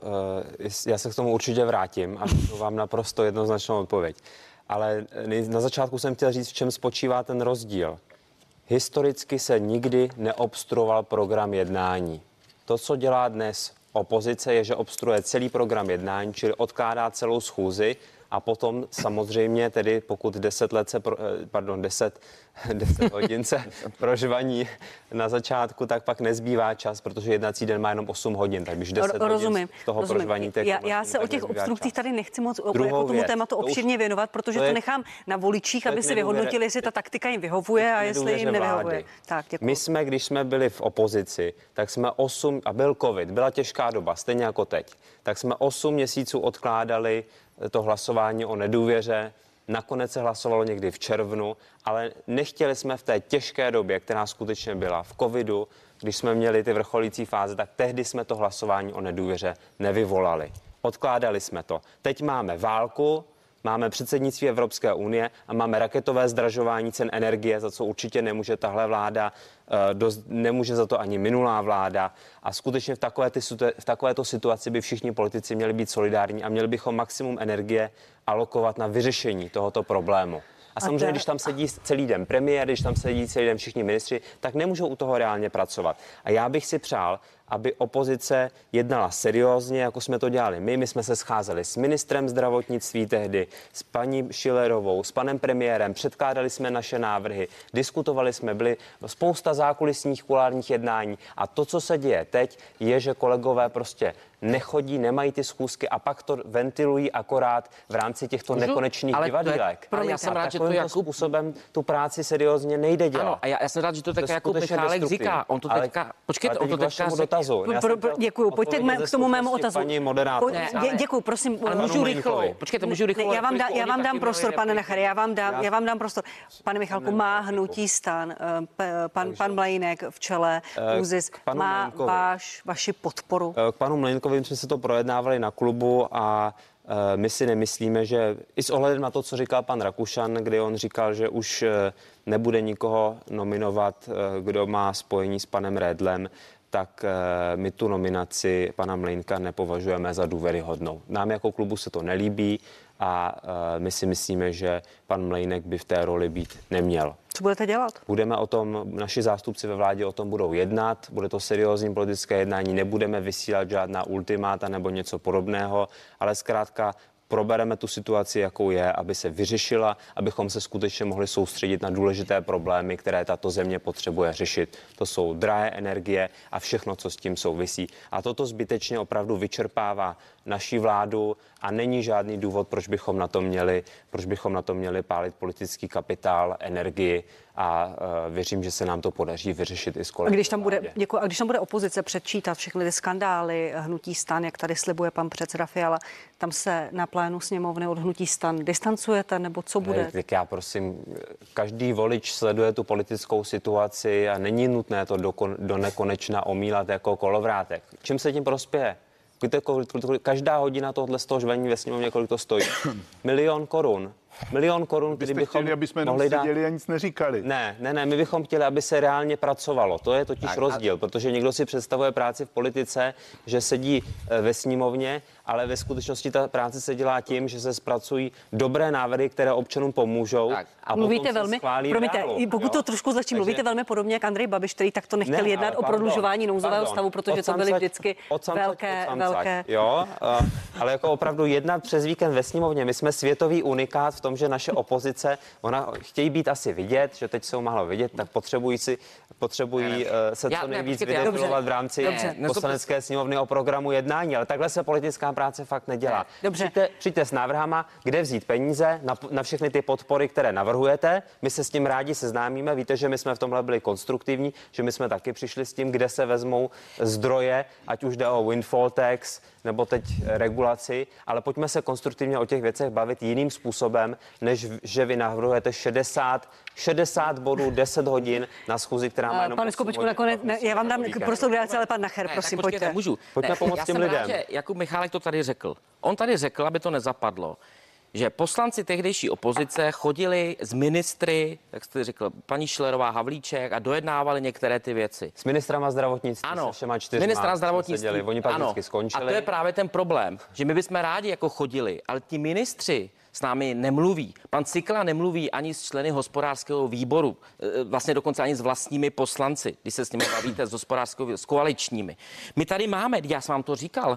já se k tomu určitě vrátím a budu vám naprosto jednoznačnou odpověď. Ale na začátku jsem chtěl říct, v čem spočívá ten rozdíl. Historicky se nikdy neobstruoval program jednání. To, co dělá dnes opozice, je, že obstruuje celý program jednání, čili odkládá celou schůzi A potom samozřejmě tedy pokud deset let se, pro, pardon, deset, deset hodin se prožvaní na začátku, tak pak nezbývá čas, protože jednací den má jenom osm hodin, tak když deset
rozumím,
hodin z toho
rozumím.
prožvaní těch
Já, já se o těch obstrukcích tady nechci moc jako tomu
věc,
tématu
to
obšírně
už,
věnovat, protože to,
to
je,
je,
nechám na voličích, aby si
nedůvěře,
vyhodnotili, jestli ta taktika jim vyhovuje a jestli jim nevyhovuje.
Vlády.
Tak, děkuji.
My jsme, když jsme byli v opozici, tak jsme osm, a byl covid, byla těžká doba, stejně jako teď, tak jsme osm měsíců odkládali to hlasování o nedůvěře. Nakonec se hlasovalo někdy v červnu, ale nechtěli jsme v té těžké době, která skutečně byla v covidu, když jsme měli ty vrcholící fáze, tak tehdy jsme to hlasování o nedůvěře nevyvolali. Odkládali jsme to. Teď máme válku, máme předsednictví Evropské unie a máme raketové zdražování cen energie, za co určitě nemůže tahle vláda, dost, nemůže za to ani minulá vláda. A skutečně v, takové ty, v takovéto situaci by všichni politici měli být solidární a měli bychom maximum energie alokovat na vyřešení tohoto problému. A samozřejmě, když tam sedí celý den premiér, když tam sedí celý den všichni ministři, tak nemůžou u toho reálně pracovat. A já bych si přál, aby opozice jednala seriózně, jako jsme to dělali my. My jsme se scházeli s ministrem zdravotnictví tehdy, s paní Schillerovou, s panem premiérem, předkládali jsme naše návrhy, diskutovali jsme, byly spousta zákulisních kulárních jednání. A to, co se děje teď, je, že kolegové prostě nechodí, nemají ty schůzky a pak to ventilují akorát v rámci těchto
Můžu?
nekonečných
Ale
divadýlek.
Ale já jsem rád, že to Jakub
způsobem tu práci seriózně nejde dělat.
Ano, a já, já jsem rád, že to tak Jakub Michálek říká. On to teďka, počkejte, on to teďka
dotazu.
Děkuji, pojďte k tomu mému otazu. Děkuji, prosím, můžu rychlou.
Počkejte, můžu rychlou.
Já vám, dá, já vám dám prostor, pane Nachere, já vám dám, já vám dám prostor. Pane Michalku, má hnutí STAN, pan, pan Mlejnek v čele, ÚZIS, má váš, vaši podporu?
K panu Mlejnkovi jsme se to projednávali na klubu a my si nemyslíme, že i s ohledem na to, co říkal pan Rakušan, kdy on říkal, že už nebude nikoho nominovat, kdo má spojení s panem Redlem, tak my tu nominaci pana Mlejnka nepovažujeme za důvěryhodnou. Nám jako klubu se to nelíbí a my si myslíme, že pan Mlejnek by v té roli být neměl.
Co budete dělat?
Budeme o tom, naši zástupci ve vládě o tom budou jednat, bude to seriózní politické jednání, nebudeme vysílat žádná ultimáta nebo něco podobného, ale zkrátka probereme tu situaci, jakou je, aby se vyřešila, abychom se skutečně mohli soustředit na důležité problémy, které tato země potřebuje řešit. To jsou drahé energie a všechno, co s tím souvisí. A toto zbytečně opravdu vyčerpává naši vládu a není žádný důvod, proč bychom na to měli, proč bychom na to měli pálit politický kapitál, energii a uh, věřím, že se nám to podaří vyřešit i s kolegy.
A když tam bude, děkuji, a když tam bude opozice předčítat všechny ty skandály hnutí STAN, jak tady slibuje pan předseda Fiala, tam se na plénu sněmovny od hnutí STAN distancujete, nebo co bude?
Ne, tak já prosím, každý volič sleduje tu politickou situaci a není nutné to do, do nekonečna omílat jako kolovrátek. Čím se tím prospěje? Každá hodina tohle z toho žvaní ve sněmovně, kolik to stojí? Milion korun. Milion korun, který bychom
chtěli, aby jsme jenom
mohli dát...
seděli a nic neříkali.
Ne, ne, ne, my bychom chtěli, aby se reálně pracovalo. To je totiž tak, rozdíl, a... protože někdo si představuje práci v politice, že sedí ve sněmovně, ale ve skutečnosti ta práce se dělá tím, že se zpracují dobré návrhy, které občanům pomůžou. Tak. A
mluvíte velmi, promiňte, pokud jo? to trošku zlehčím, Takže... mluvíte velmi podobně jak Andrej Babiš, který takto nechtěl ne, jednat o prodlužování nouzového
pardon,
stavu, protože to byly vždycky velké, velké...
Jo, ale jako opravdu jednat přes víkend ve sněmovně. My jsme světový unikát v tom, že naše opozice, ona chtějí být asi vidět, že teď jsou málo vidět, tak potřebují si, potřebují uh, se co nejvíc vydefilovat v rámci dobře, poslanecké sněmovny o programu jednání, ale takhle se politická práce fakt nedělá.
Dobře.
Přijďte, přijďte s návrhama, kde vzít peníze na, na všechny ty podpory, které navrhujete. My se s tím rádi seznámíme. Víte, že my jsme v tomhle byli konstruktivní, že my jsme taky přišli s tím, kde se vezmou zdroje, ať už jde o windfall tax nebo teď regulaci, ale pojďme se konstruktivně o těch věcech bavit jiným způsobem, než že vy navrhujete šedesát, šedesát bodů, deset hodin na schůzi, která má jenom...
Pane Skopečku, nakonec, ne, já vám dám prostor reakce, ale pan Nacher, prosím,
ne,
pojďte.
Můžu.
Pojďme
ne,
pomoct těm lidem. Já jsem rád,
že Jakub Michálek to tady řekl. On tady řekl, aby to nezapadlo, že poslanci tehdejší opozice chodili s ministry, jak jste řekl, paní Schillerová, Havlíček a dojednávali některé ty věci.
S ministrama zdravotnictví,
ano,
se všema čtyřma.
Ministra zdravotnictví.
Seděli, oni pak vždycky skončili.
A to je právě ten problém, že my bychom rádi jako chodili, ale ti ministři s námi nemluví. Pan Cikla nemluví ani s členy hospodářského výboru, vlastně dokonce ani s vlastními poslanci, když se s nimi bavíte s hospodářského, s koaličními. My tady máme, já jsem vám to říkal,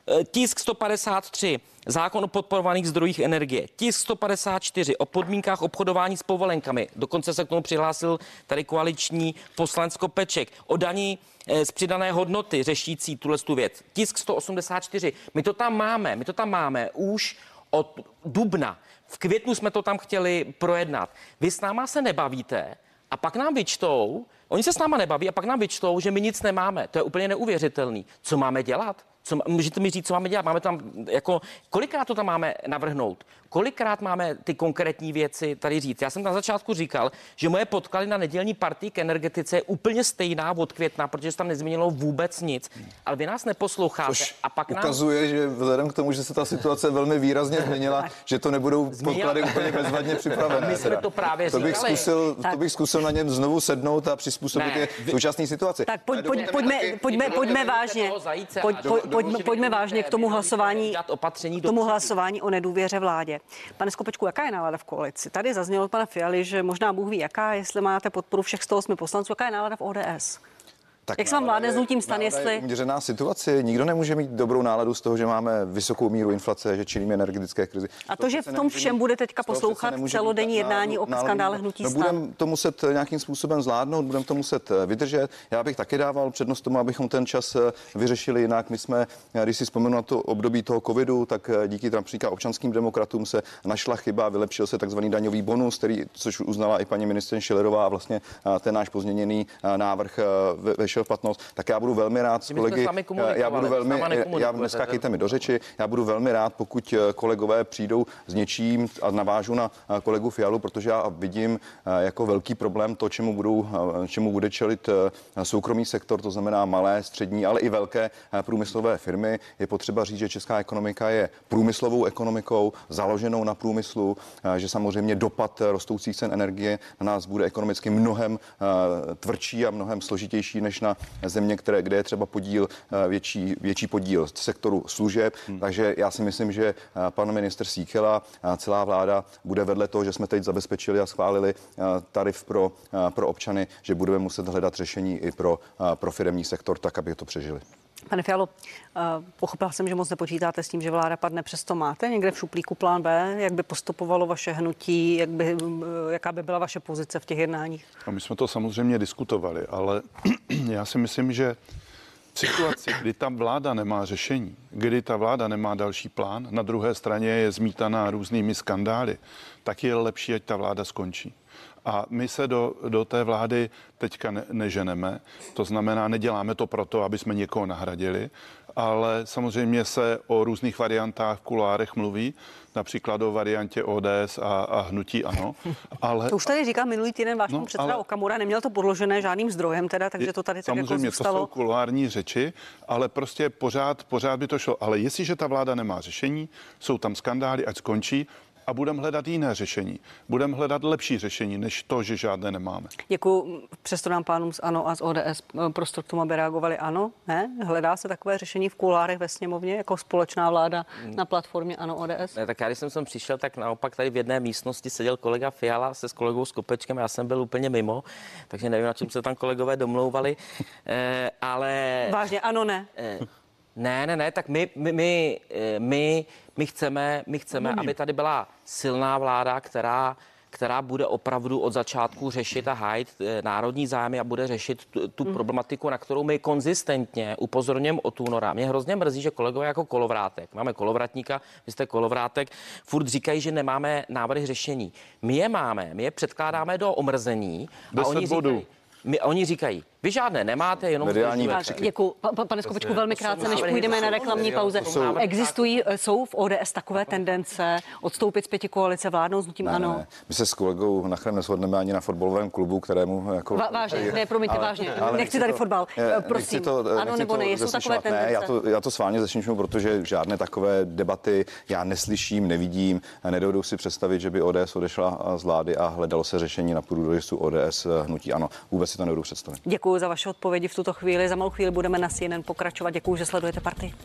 Tisk sto padesát tři, zákon o podporovaných zdrojích energie. Tisk sto padesát čtyři, o podmínkách obchodování s povolenkami. Dokonce se k tomu přihlásil tady koaliční poslanec Skopeček. O daní z přidané hodnoty řešící tuhle tu věc. Tisk sto osmdesát čtyři. My to tam máme, my to tam máme už od dubna. V květnu jsme to tam chtěli projednat. Vy s náma se nebavíte a pak nám vyčtou, oni se s náma nebaví a pak nám vyčtou, že my nic nemáme. To je úplně neuvěřitelný. Co máme dělat? Co, můžete mi říct, co máme dělat? Máme tam jako, kolikrát to tam máme navrhnout? Kolikrát máme ty konkrétní věci tady říct? Já jsem na začátku říkal, že moje podklady na nedělní partii k energetice je úplně stejná od května, protože se tam nezměnilo vůbec nic. Ale vy nás neposloucháte.
Což
a pak
ukazuje,
nám...
že vzhledem k tomu, že se ta situace velmi výrazně změnila, že to nebudou podklady úplně bezvadně připravené.
My jsme to právě
to bych
říkali.
zkusil, to bych zkusil na něm znovu sednout a přizpůsobit je současné situaci.
Tak pojď, pojď, pojďme, pojďme, pojďme vážně. Pojď, pojď, pojďme, pojďme vážně k tomu hlasování, k tomu hlasování o nedůvěře vládě. Pane Skopečku, jaká je nálada v koalici? Tady zaznělo od pana Fialy, že možná Bůh ví jaká, jestli máte podporu všech sto osmi poslanců, jaká je nálada v O D S? Tak jak se vám vládne s hnutím STAN, jestli...
Uměřená situace. Nikdo nemůže mít dobrou náladu z toho, že máme vysokou míru inflace, že čelíme energetické krizi.
A to, že v tom všem bude teďka poslouchat celodenní jednání o skandále hnutí STAN.
Budeme to muset nějakým způsobem zvládnout, budeme to muset vydržet. Já bych taky dával přednost tomu, abychom ten čas vyřešili jinak. My jsme, když si vzpomenu na to období toho covidu, tak díky například občanským demokratům se našla chyba, vylepšil se takzvaný daňový bonus, který, což uznala i paní ministryně Schillerová, a vlastně ten náš pozměněný návrh ve v platnost, tak já budu velmi rád s kolegy, já budu velmi, já dneska chyťte mi do řeči, já budu velmi rád, pokud kolegové přijdou s něčím a navážu na kolegu Fialu, protože já vidím jako velký problém to, čemu, budou, čemu bude čelit soukromý sektor, to znamená malé, střední, ale i velké průmyslové firmy. Je potřeba říct, že česká ekonomika je průmyslovou ekonomikou, založenou na průmyslu, že samozřejmě dopad rostoucích cen energie na nás bude ekonomicky mnohem tvrdší a mnohem složitější než na země, které, kde je třeba podíl, větší, větší podíl sektoru služeb. Hmm. Takže já si myslím, že pan ministr Síkela a celá vláda bude vedle toho, že jsme teď zabezpečili a schválili tarif pro, pro občany, že budeme muset hledat řešení i pro, pro firemní sektor, tak, aby to přežili.
Pane Fialo, pochopila jsem, že moc nepočítáte s tím, že vláda padne, přesto máte někde v šuplíku plán B, jak by postupovalo vaše hnutí, jak by, jaká by byla vaše pozice v těch jednáních?
No, my jsme to samozřejmě diskutovali, ale já si myslím, že v situaci, kdy ta vláda nemá řešení, kdy ta vláda nemá další plán, na druhé straně je zmítaná různými skandály, tak je lepší, ať ta vláda skončí. A my se do, do té vlády teďka ne, neženeme, to znamená, neděláme to proto, aby jsme někoho nahradili, ale samozřejmě se o různých variantách v kulárech mluví, například o variantě O D S a, a hnutí ANO. Ale...
To už tady říkal minulý týden váš no, předseda ale... Okamura, neměl to podložené žádným zdrojem teda, takže to tady tak jako zůstalo.
Samozřejmě to jsou kulární řeči, ale prostě pořád, pořád by to šlo. Ale jestliže ta vláda nemá řešení, jsou tam skandály, ať skončí, a budeme hledat jiné řešení. Budeme hledat lepší řešení, než to, že žádné nemáme.
Děkuji. Přesto nám pánům z ANO a z O D S prostor k tomu, aby reagovali. Ano, ne? Hledá se takové řešení v kulárech ve sněmovně jako společná vláda na platformě ANO O D S?
Ne, tak já, když jsem sem přišel, tak naopak tady v jedné místnosti seděl kolega Fiala se s kolegou Skopečkem, já jsem byl úplně mimo, takže nevím, na čem se tam kolegové domlouvali, eh, ale...
Vážně, ano, ne?
Eh, Ne, ne, ne, tak my, my, my, my, my chceme, my chceme, aby tady byla silná vláda, která, která bude opravdu od začátku řešit a hájit národní zájmy a bude řešit tu, tu mm. problematiku, na kterou my konzistentně upozorňujeme od února. Mě hrozně mrzí, že kolegové jako Kolovrátek, máme Kolovratníka, vy jste Kolovrátek, furt říkají, že nemáme návrhy řešení. My je máme, my je předkládáme do omrzení a oni říkají, my, oni říkají, vy žádné nemáte, jenom...
Děkuji. Pa, pane Skopečku, velmi krátce, než půjdeme na reklamní pauze. Existují, jsou v O D S takové tendence odstoupit z pěti koalice, vládnou s hnutím ANO?
Ne, my se s kolegou Nachrem neshodneme ani na fotbalovém klubu, kterému jako...
Va, vážně, ne, promiňte, ale, vážně. Ale nechci tady to, fotbal. Prosím,
to,
ano nebo ne, jsou takové tendence?
Ne, já to, já to s vámi zesničuju, protože žádné takové debaty já neslyším, nevidím. Nedovedu si představit, že by O D S odešla z vlády a hledalo se řešení na průdorysu O D S hnutí ANO. Vůbec si to nedovedu představit.
Děkuji za vaše odpovědi v tuto chvíli. Za malou chvíli budeme na C N N pokračovat. Děkuji, že sledujete Partii.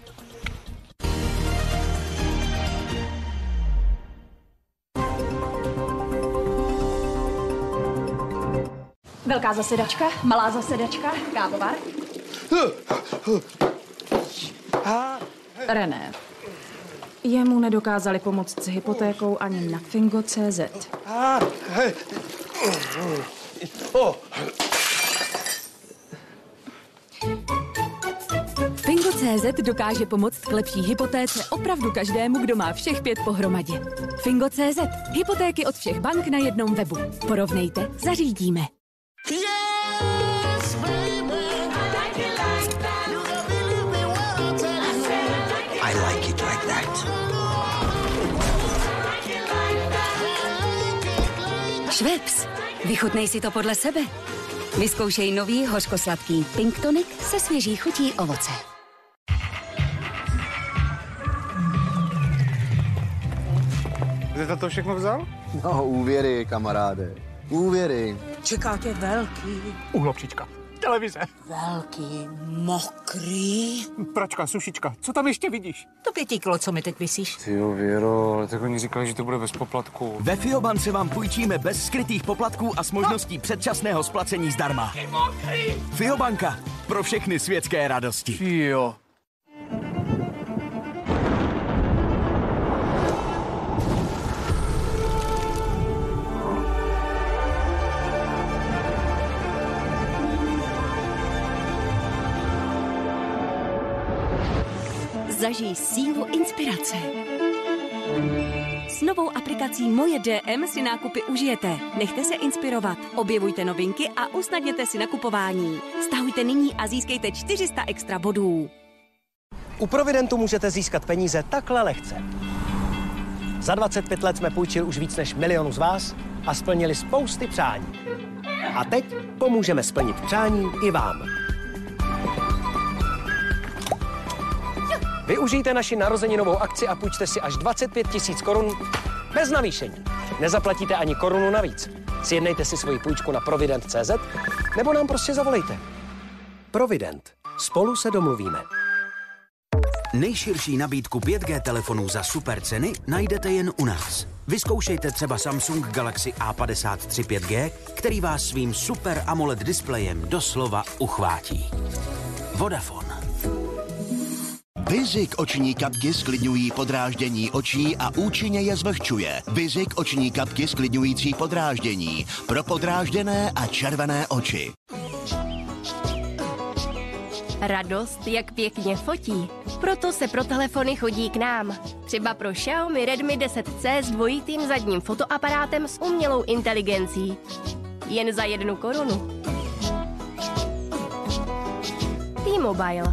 Velká zasedačka, malá zasedačka, kávovar. René. Jemu nedokázali pomoct s hypotékou ani na Fingo tečka cé zet.
Ah, hey. Oh.
Fingo tečka cé zet dokáže pomoct k lepší hypotéce opravdu každému, kdo má všech pět pohromadě. Fingo tečka cé zet. Hypotéky od všech bank na jednom webu. Porovnejte, zařídíme. Yes,
I like it like that.
Schweppes. Vychutnej si to podle sebe. Vyzkoušej nový hořkosladký Pink Tonic se svěží chutí ovoce.
Kde jsi to všechno vzal?
No, úvěry, kamaráde. Úvěry.
Čeká tě velký.
Uhlopříčka. Televize.
Velký, mokrý.
Pračka, sušička. Co tam ještě vidíš?
To pěti kilo, co mi teď visíš.
Tyjo, Věro, ale tak oni říkali, že to bude bez poplatku.
Ve Fiobance vám půjčíme bez skrytých poplatků a s možností předčasného splacení zdarma. Fiobanka. Pro všechny světské radosti.
Fio.
Zažij sílu inspirace. S novou aplikací Moje D M si nákupy užijete. Nechte se inspirovat, objevujte novinky a usnadněte si nakupování. Stahujte nyní a získejte čtyři sta extra bodů.
U Providentu můžete získat peníze takhle lehce. Za dvacet pět let jsme půjčili už víc než milionu z vás a splnili spousty přání. A teď pomůžeme splnit přání i vám. Využijte naši narozeninovou akci a půjčte si až dvacet pět tisíc korun bez navýšení. Nezaplatíte ani korunu navíc. Sjednejte si svoji půjčku na provident tečka cé zet nebo nám prostě zavolejte. Provident. Spolu se domluvíme.
Nejširší nabídku pět G telefonů za super ceny najdete jen u nás. Vyzkoušejte třeba Samsung Galaxy A padesát tři pět G, který vás svým super AMOLED displejem doslova uchvátí. Vodafone.
Vizik oční kapky sklidňují podráždění očí a účinně je zvlhčuje. Vizik oční kapky sklidňující podráždění pro podrážděné a červené oči.
Radost, jak pěkně fotí. Proto se pro telefony chodí k nám. Třeba pro Xiaomi Redmi deset C s dvojitým zadním fotoaparátem s umělou inteligencí. Jen za jednu korunu. T-Mobile.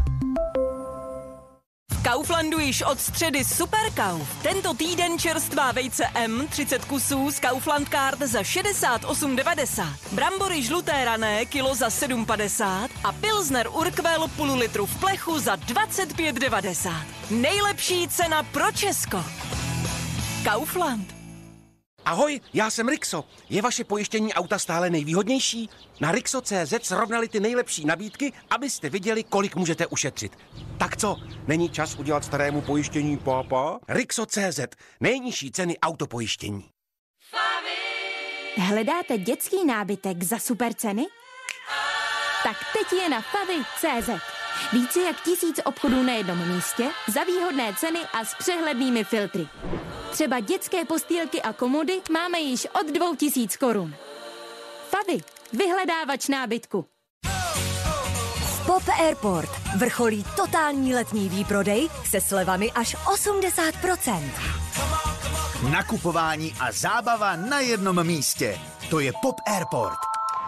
Kauflandu již od středy Superkauf. Tento týden čerstvá vejce M třicet kusů z Kaufland Card za šedesát osm devadesát. Brambory žluté rané kilo za sedm padesát a Pilsner Urquell půl litru v plechu za dvacet pět devadesát. Nejlepší cena pro Česko. Kaufland.
Ahoj, já jsem Rixo. Je vaše pojištění auta stále nejvýhodnější? Na Rixo tečka cé zet srovnali ty nejlepší nabídky, abyste viděli, kolik můžete ušetřit. Tak co, není čas udělat starému pojištění pápa? Rixo tečka cé zet, nejnižší ceny autopojištění.
Hledáte dětský nábytek za super ceny? Tak teď je na favy tečka cé zet. Více jak tisíc obchodů na jednom místě, za výhodné ceny a s přehlednými filtry. Třeba dětské postýlky a komody máme již od dvou tisíc korun. Favy, vyhledávač nábytku.
V Pop Airport vrcholí totální letní výprodej se slevami až osmdesát procent.
Nakupování a zábava na jednom místě. To je Pop Airport.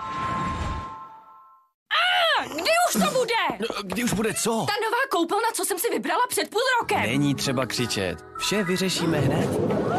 Kdy už to bude?
Kdy už bude co?
Ta nová koupelna, co jsem si vybrala před půl rokem.
Není třeba křičet. Vše vyřešíme hned.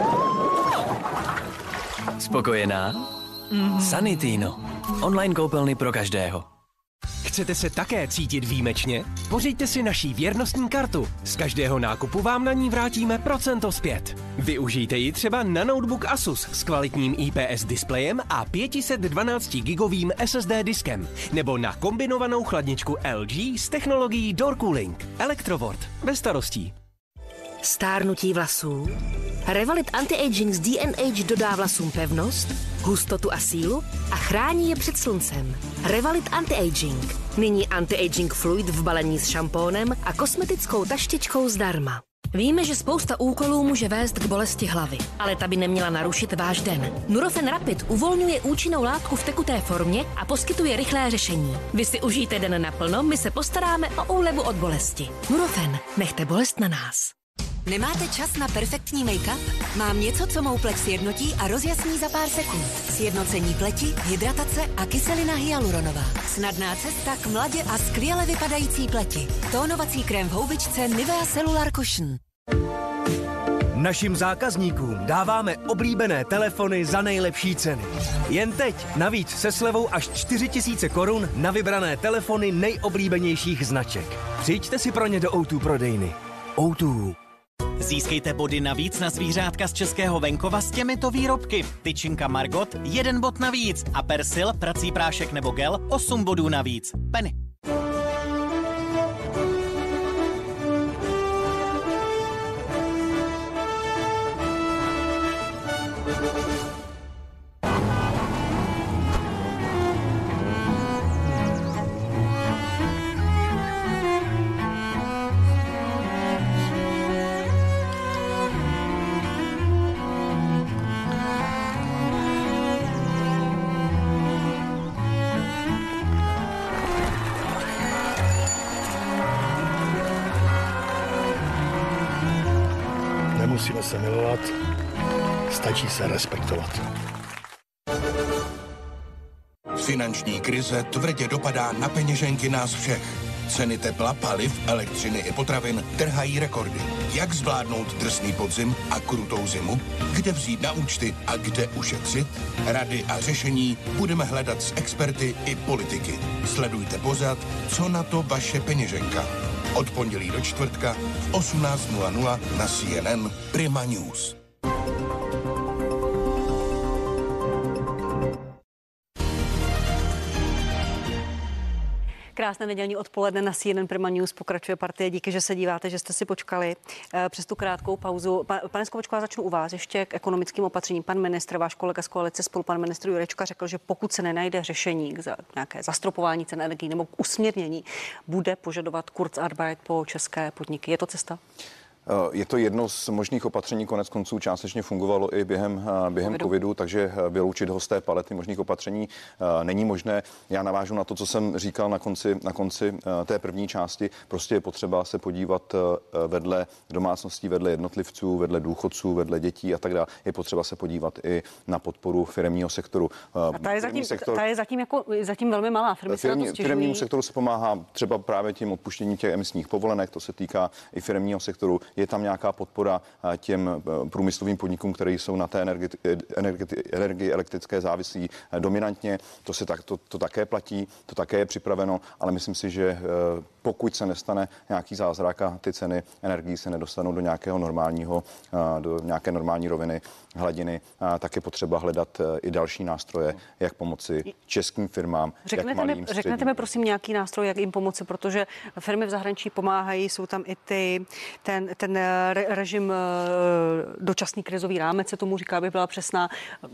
Spokojená?
Mm.
Sanitino. Online koupelny pro každého.
Chcete se také cítit výjimečně? Pořiďte si naší věrnostní kartu. Z každého nákupu vám na ní vrátíme procento zpět. Využijte ji třeba na notebook Asus s kvalitním I P S displejem a pět set dvanáct gigovým S S D diskem. Nebo na kombinovanou chladničku L G s technologií Door Cooling. Electrovort. Bez starostí.
Stárnutí vlasů? Revalit Anti-Aging z D and H dodá vlasům pevnost,
hustotu a sílu a chrání je před sluncem. Revalit Anti-Aging. Nyní Anti-Aging Fluid v balení s šampónem a kosmetickou taštičkou zdarma. Víme, že spousta úkolů může vést k bolesti hlavy, ale ta by neměla narušit váš den. Nurofen Rapid uvolňuje účinnou látku v tekuté formě a poskytuje rychlé řešení. Vy si užijte den naplno, my se postaráme o úlevu od bolesti. Nurofen, nechte bolest na nás.
Nemáte čas na perfektní make-up? Mám něco, co mou pleť sjednotí a rozjasní za pár sekund. Sjednocení pleti, hydratace a kyselina hyaluronová. Snadná cesta k mladě a skvěle vypadající pleti. Tónovací krém v houbičce Nivea Cellular Cushion.
Našim zákazníkům dáváme oblíbené telefony za nejlepší ceny. Jen teď navíc se slevou až čtyři tisíce korun na vybrané telefony nejoblíbenějších značek. Přijďte si pro ně do ó dva prodejny. ó dva.
Získejte body navíc na zvířátka z českého venkova s těmito výrobky. Tyčinka Margot, jeden bod navíc a Persil, prací prášek nebo gel, osm bodů navíc. Penny.
Nemusíme se milovat, stačí se respektovat.
Finanční krize tvrdě dopadá na peněženky nás všech. Ceny tepla, paliv, elektřiny i potravin trhají rekordy. Jak zvládnout drsný podzim a krutou zimu? Kde vzít na účty a kde ušetřit? Rady a řešení budeme hledat s experty i politiky. Sledujte pořad Co na to vaše peněženka? Od pondělí do čtvrtka v osmnáct nula nula na C N N Prima News.
Krásné nedělní odpoledne na C N N Prima News pokračuje partie. Díky, že se díváte, že jste si počkali přes tu krátkou pauzu. Pane Skovočko, začnu u vás ještě k ekonomickým opatřením. Pan ministr, váš kolega z koalice spolu, pan ministr Jurečka, řekl, že pokud se nenajde řešení k nějaké zastropování cen energií nebo k usměrnění, bude požadovat Kurzarbeit po české podniky. Je to cesta?
Je to jedno z možných opatření, konec konců částečně fungovalo i během, během covidu. covidu, takže vyloučit ho z té palety možných opatření není možné. Já navážu na to, co jsem říkal na konci, na konci té první části. Prostě je potřeba se podívat vedle domácností, vedle jednotlivců, vedle důchodců, vedle dětí a tak dále. Je potřeba se podívat i na podporu firemního sektoru.
A ta je zatím, sektor, ta je zatím, jako, zatím velmi malá. Firmy
firmní,
se na to
firmnímu sektoru se pomáhá třeba právě tím odpuštěním těch emisních povolenek, to se týká i firemního sektoru. Je tam nějaká podpora těm průmyslovým podnikům, které jsou na té energi, energi, energii elektrické závislí dominantně. To, se tak, to, to také platí, to také je připraveno, ale myslím si, že pokud se nestane nějaký zázrak a ty ceny energií se nedostanou do nějakého normálního, do nějaké normální roviny, hladiny, tak je potřeba hledat i další nástroje, jak pomoci českým firmám.
Řeknete,
jak malým,
mi, řeknete mi prosím nějaký nástroj, jak jim pomoci, protože firmy v zahraničí pomáhají, jsou tam i ty, ten, ten re, režim dočasný krizový rámec, se tomu říká, aby byla přesná.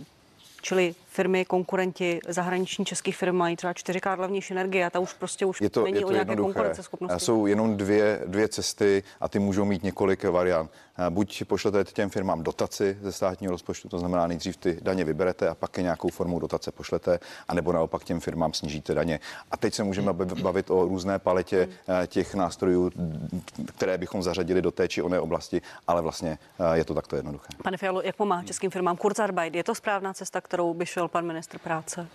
Čili firmy, konkurenti zahraniční českých firm mají třeba čtyřikrát levnější energie a ta už prostě už
je to,
není
je to
o nějaké
jednoduché.
Konkurenceschopnosti.
Jsou jenom dvě, dvě cesty a ty můžou mít několik variant. Buď pošlete těm firmám dotaci ze státního rozpočtu, to znamená nejdřív ty daně vyberete a pak je nějakou formou dotace pošlete, anebo naopak těm firmám snížíte daně. A teď se můžeme bavit o různé paletě těch nástrojů, které bychom zařadili do té či oné oblasti, ale vlastně je to takto jednoduché.
Pane Fialo, jak pomáhá českým firmám Kurzarbeit? Je to správná cesta, kterou by šel pan ministr práce?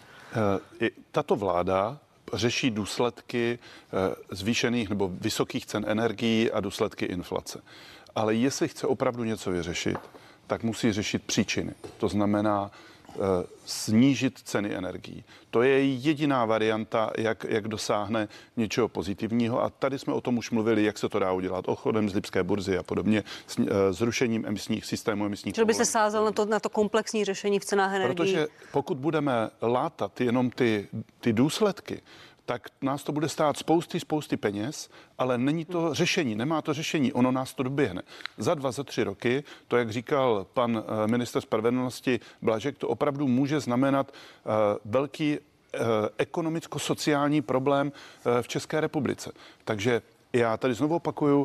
Tato vláda řeší důsledky zvýšených nebo vysokých cen energií a důsledky inflace. Ale jestli chce opravdu něco vyřešit, tak musí řešit příčiny. To znamená snížit ceny energií. To je jediná varianta, jak, jak dosáhne něčeho pozitivního. A tady jsme o tom už mluvili, jak se to dá udělat odchodem z lipské burzy a podobně, zrušením emisních systémů, emisních
Čili by se sázel na to, na to komplexní řešení v cenách energií?
Protože pokud budeme látat jenom ty, ty důsledky, tak nás to bude stát spousty, spousty peněz, ale není to řešení, nemá to řešení, ono nás to doběhne. Za dva, za tři roky, to, jak říkal pan ministr spravedlnosti Blažek, to opravdu může znamenat uh, velký uh, ekonomicko-sociální problém uh, v České republice. Takže já tady znovu opakuju,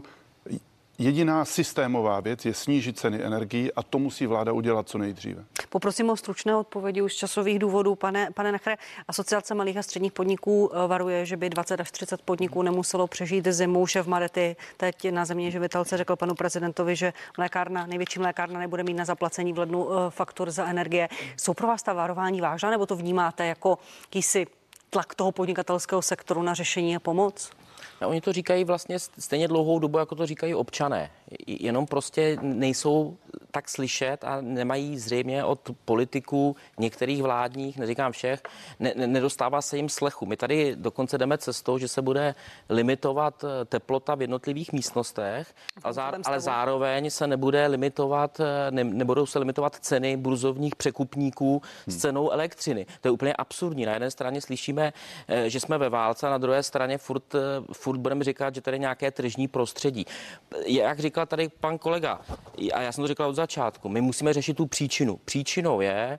jediná systémová věc je snížit ceny energií a to musí vláda udělat co nejdříve.
Poprosím o stručné odpovědi už z časových důvodů. Pane, pane Nachere, Asociace malých a středních podniků varuje, že by dvacet až třicet podniků nemuselo přežít zimu. Šéf Madety teď na Země živitelce řekl panu prezidentovi, že mlékárna, největší mlékárna nebude mít na zaplacení v lednu faktur za energie. Jsou pro vás ta varování vážná, nebo to vnímáte jako jakýsi tlak toho podnikatelského sektoru na řešení a pomoc?
No, oni to říkají vlastně stejně dlouhou dobu, jako to říkají občané. Jenom prostě nejsou tak slyšet a nemají zřejmě od politiků některých vládních, neříkám všech, ne, nedostává se jim slechu. My tady dokonce jdeme cestou, že se bude limitovat teplota v jednotlivých místnostech, ale, zá, ale zároveň se nebude limitovat, ne, nebudou se limitovat ceny burzovních překupníků s cenou elektřiny. To je úplně absurdní. Na jedné straně slyšíme, že jsme ve válce, a na druhé straně furt, furt budeme říkat, že tady je nějaké tržní prostředí. Jak říkal tady pan kolega, a já jsem to říkal od začátku, my musíme řešit tu příčinu. Příčinou je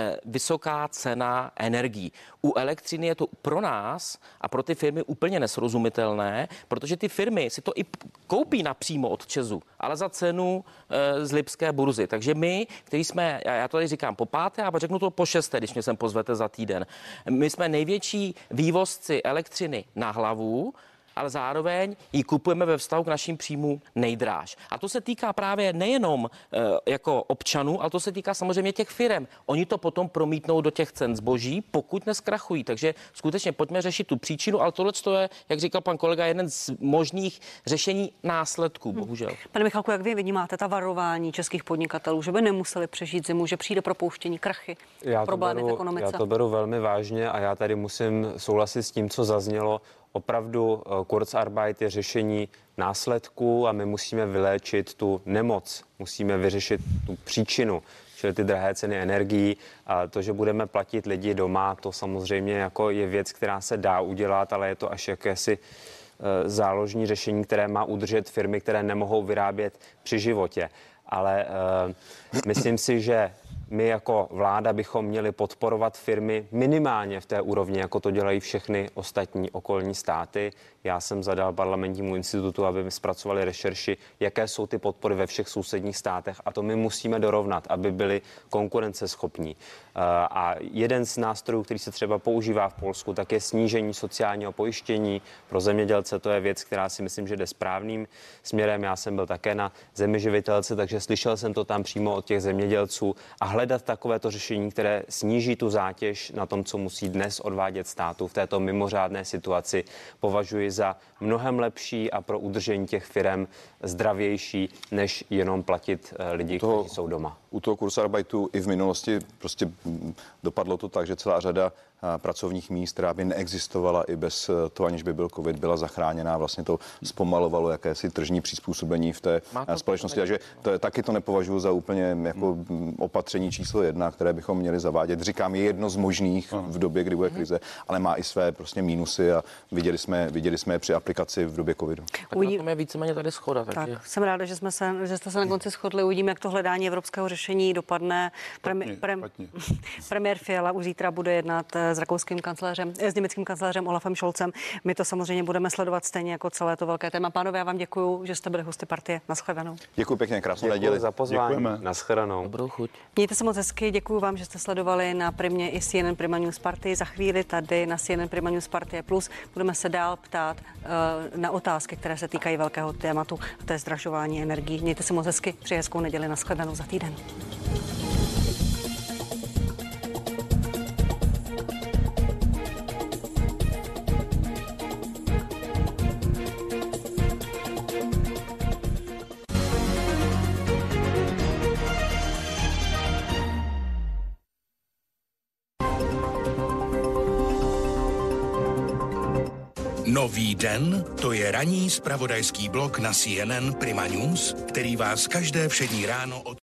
vysoká cena energií. U elektřiny je to pro nás a pro ty firmy úplně nesrozumitelné, protože ty firmy si to i koupí napřímo od ČEZu, ale za cenu e, z lipské burzy. Takže my, kteří jsme, já to tady říkám po páté a řeknu to po šesté, když mě sem pozvete za týden, my jsme největší vývozci elektřiny na hlavu, ale zároveň ji kupujeme ve vztahu k našim příjmům nejdráž. A to se týká právě nejenom e, jako občanů, ale to se týká samozřejmě těch firem. Oni to potom promítnou do těch cen zboží, pokud neskrachují. Takže skutečně pojďme řešit tu příčinu, ale tohle je, jak říkal pan kolega, jeden z možných řešení následků, bohužel.
Pane Michalku, jak vy vnímáte ta varování českých podnikatelů, že by nemuseli přežít zimu, že přijde propouštění, krachy,
já
problémy
beru,
v ekonomice?
Já to beru velmi vážně a já tady musím souhlasit s tím, co zaznělo. Opravdu Kurzarbeit je řešení následků a my musíme vyléčit tu nemoc, musíme vyřešit tu příčinu, čili ty drahé ceny energií. A to, že budeme platit lidi doma, to samozřejmě jako je věc, která se dá udělat, ale je to až jakési záložní řešení, které má udržet firmy, které nemohou vyrábět při životě. Ale uh, myslím si, že my jako vláda bychom měli podporovat firmy minimálně v té úrovni, jako to dělají všechny ostatní okolní státy. Já jsem zadal parlamentnímu institutu, aby zpracovali rešerši, jaké jsou ty podpory ve všech sousedních státech a to my musíme dorovnat, aby byli konkurenceschopní. A jeden z nástrojů, který se třeba používá v Polsku, tak je snížení sociálního pojištění. Pro zemědělce to je věc, která si myslím, že jde správným směrem. Já jsem byl také na Zemi živitelce, takže slyšel jsem to tam přímo od těch zemědělců a hledat takovéto řešení, které sníží tu zátěž na tom, co musí dnes odvádět státu v této mimořádné situaci, považuji za mnohem lepší a pro udržení těch firem zdravější, než jenom platit lidi, toho, kteří jsou doma.
U toho Kurzarbeitu i v minulosti prostě dopadlo to tak, že celá řada pracovních míst, která by neexistovala i bez toho, aniž by byl covid, byla zachráněná. Vlastně to zpomalovalo jakési tržní přizpůsobení v té společnosti. Takže to je, taky to nepovažuji za úplně jako opatření číslo jedna, které bychom měli zavádět. Říkám, je jedno z možných v době, kdy bude krize, ale má i své prostě mínusy a viděli jsme, viděli jsme je při aplikaci v době covidu.
Tak na tom je víceméně tady shoda. Takže...
Tak, jsem ráda, že, jsme se, že jste se na konci shodli. Uvidíme, jak to hledání evropského řešení dopadne. Premi, prem, premiér Fiala už zítra bude jednat s rakouským kancléřem, s německým kancléřem Olafem Scholzem. My to samozřejmě budeme sledovat stejně jako celé to velké téma. Pánové, já vám děkuju, že jste byli hosty partie. Naschledanou.
Děkuji pěkně, krásnou neděli.
Za pozvání. Naschledanou.
Dobrou chuť.
Mějte se moc hezky. Děkuji vám, že jste sledovali na Primě i C N N Prima News Party. Za chvíli tady na C N N Prima News Party Plus budeme se dál ptát uh, na otázky, které se týkají velkého tématu, a to je zdražování energií. Mějte se moc hezky. Přeji hezkou neděli. Naschledanou za týden.
Nový den, to je ranní zpravodajský blok na C N N Prima News, který vás každé všední ráno od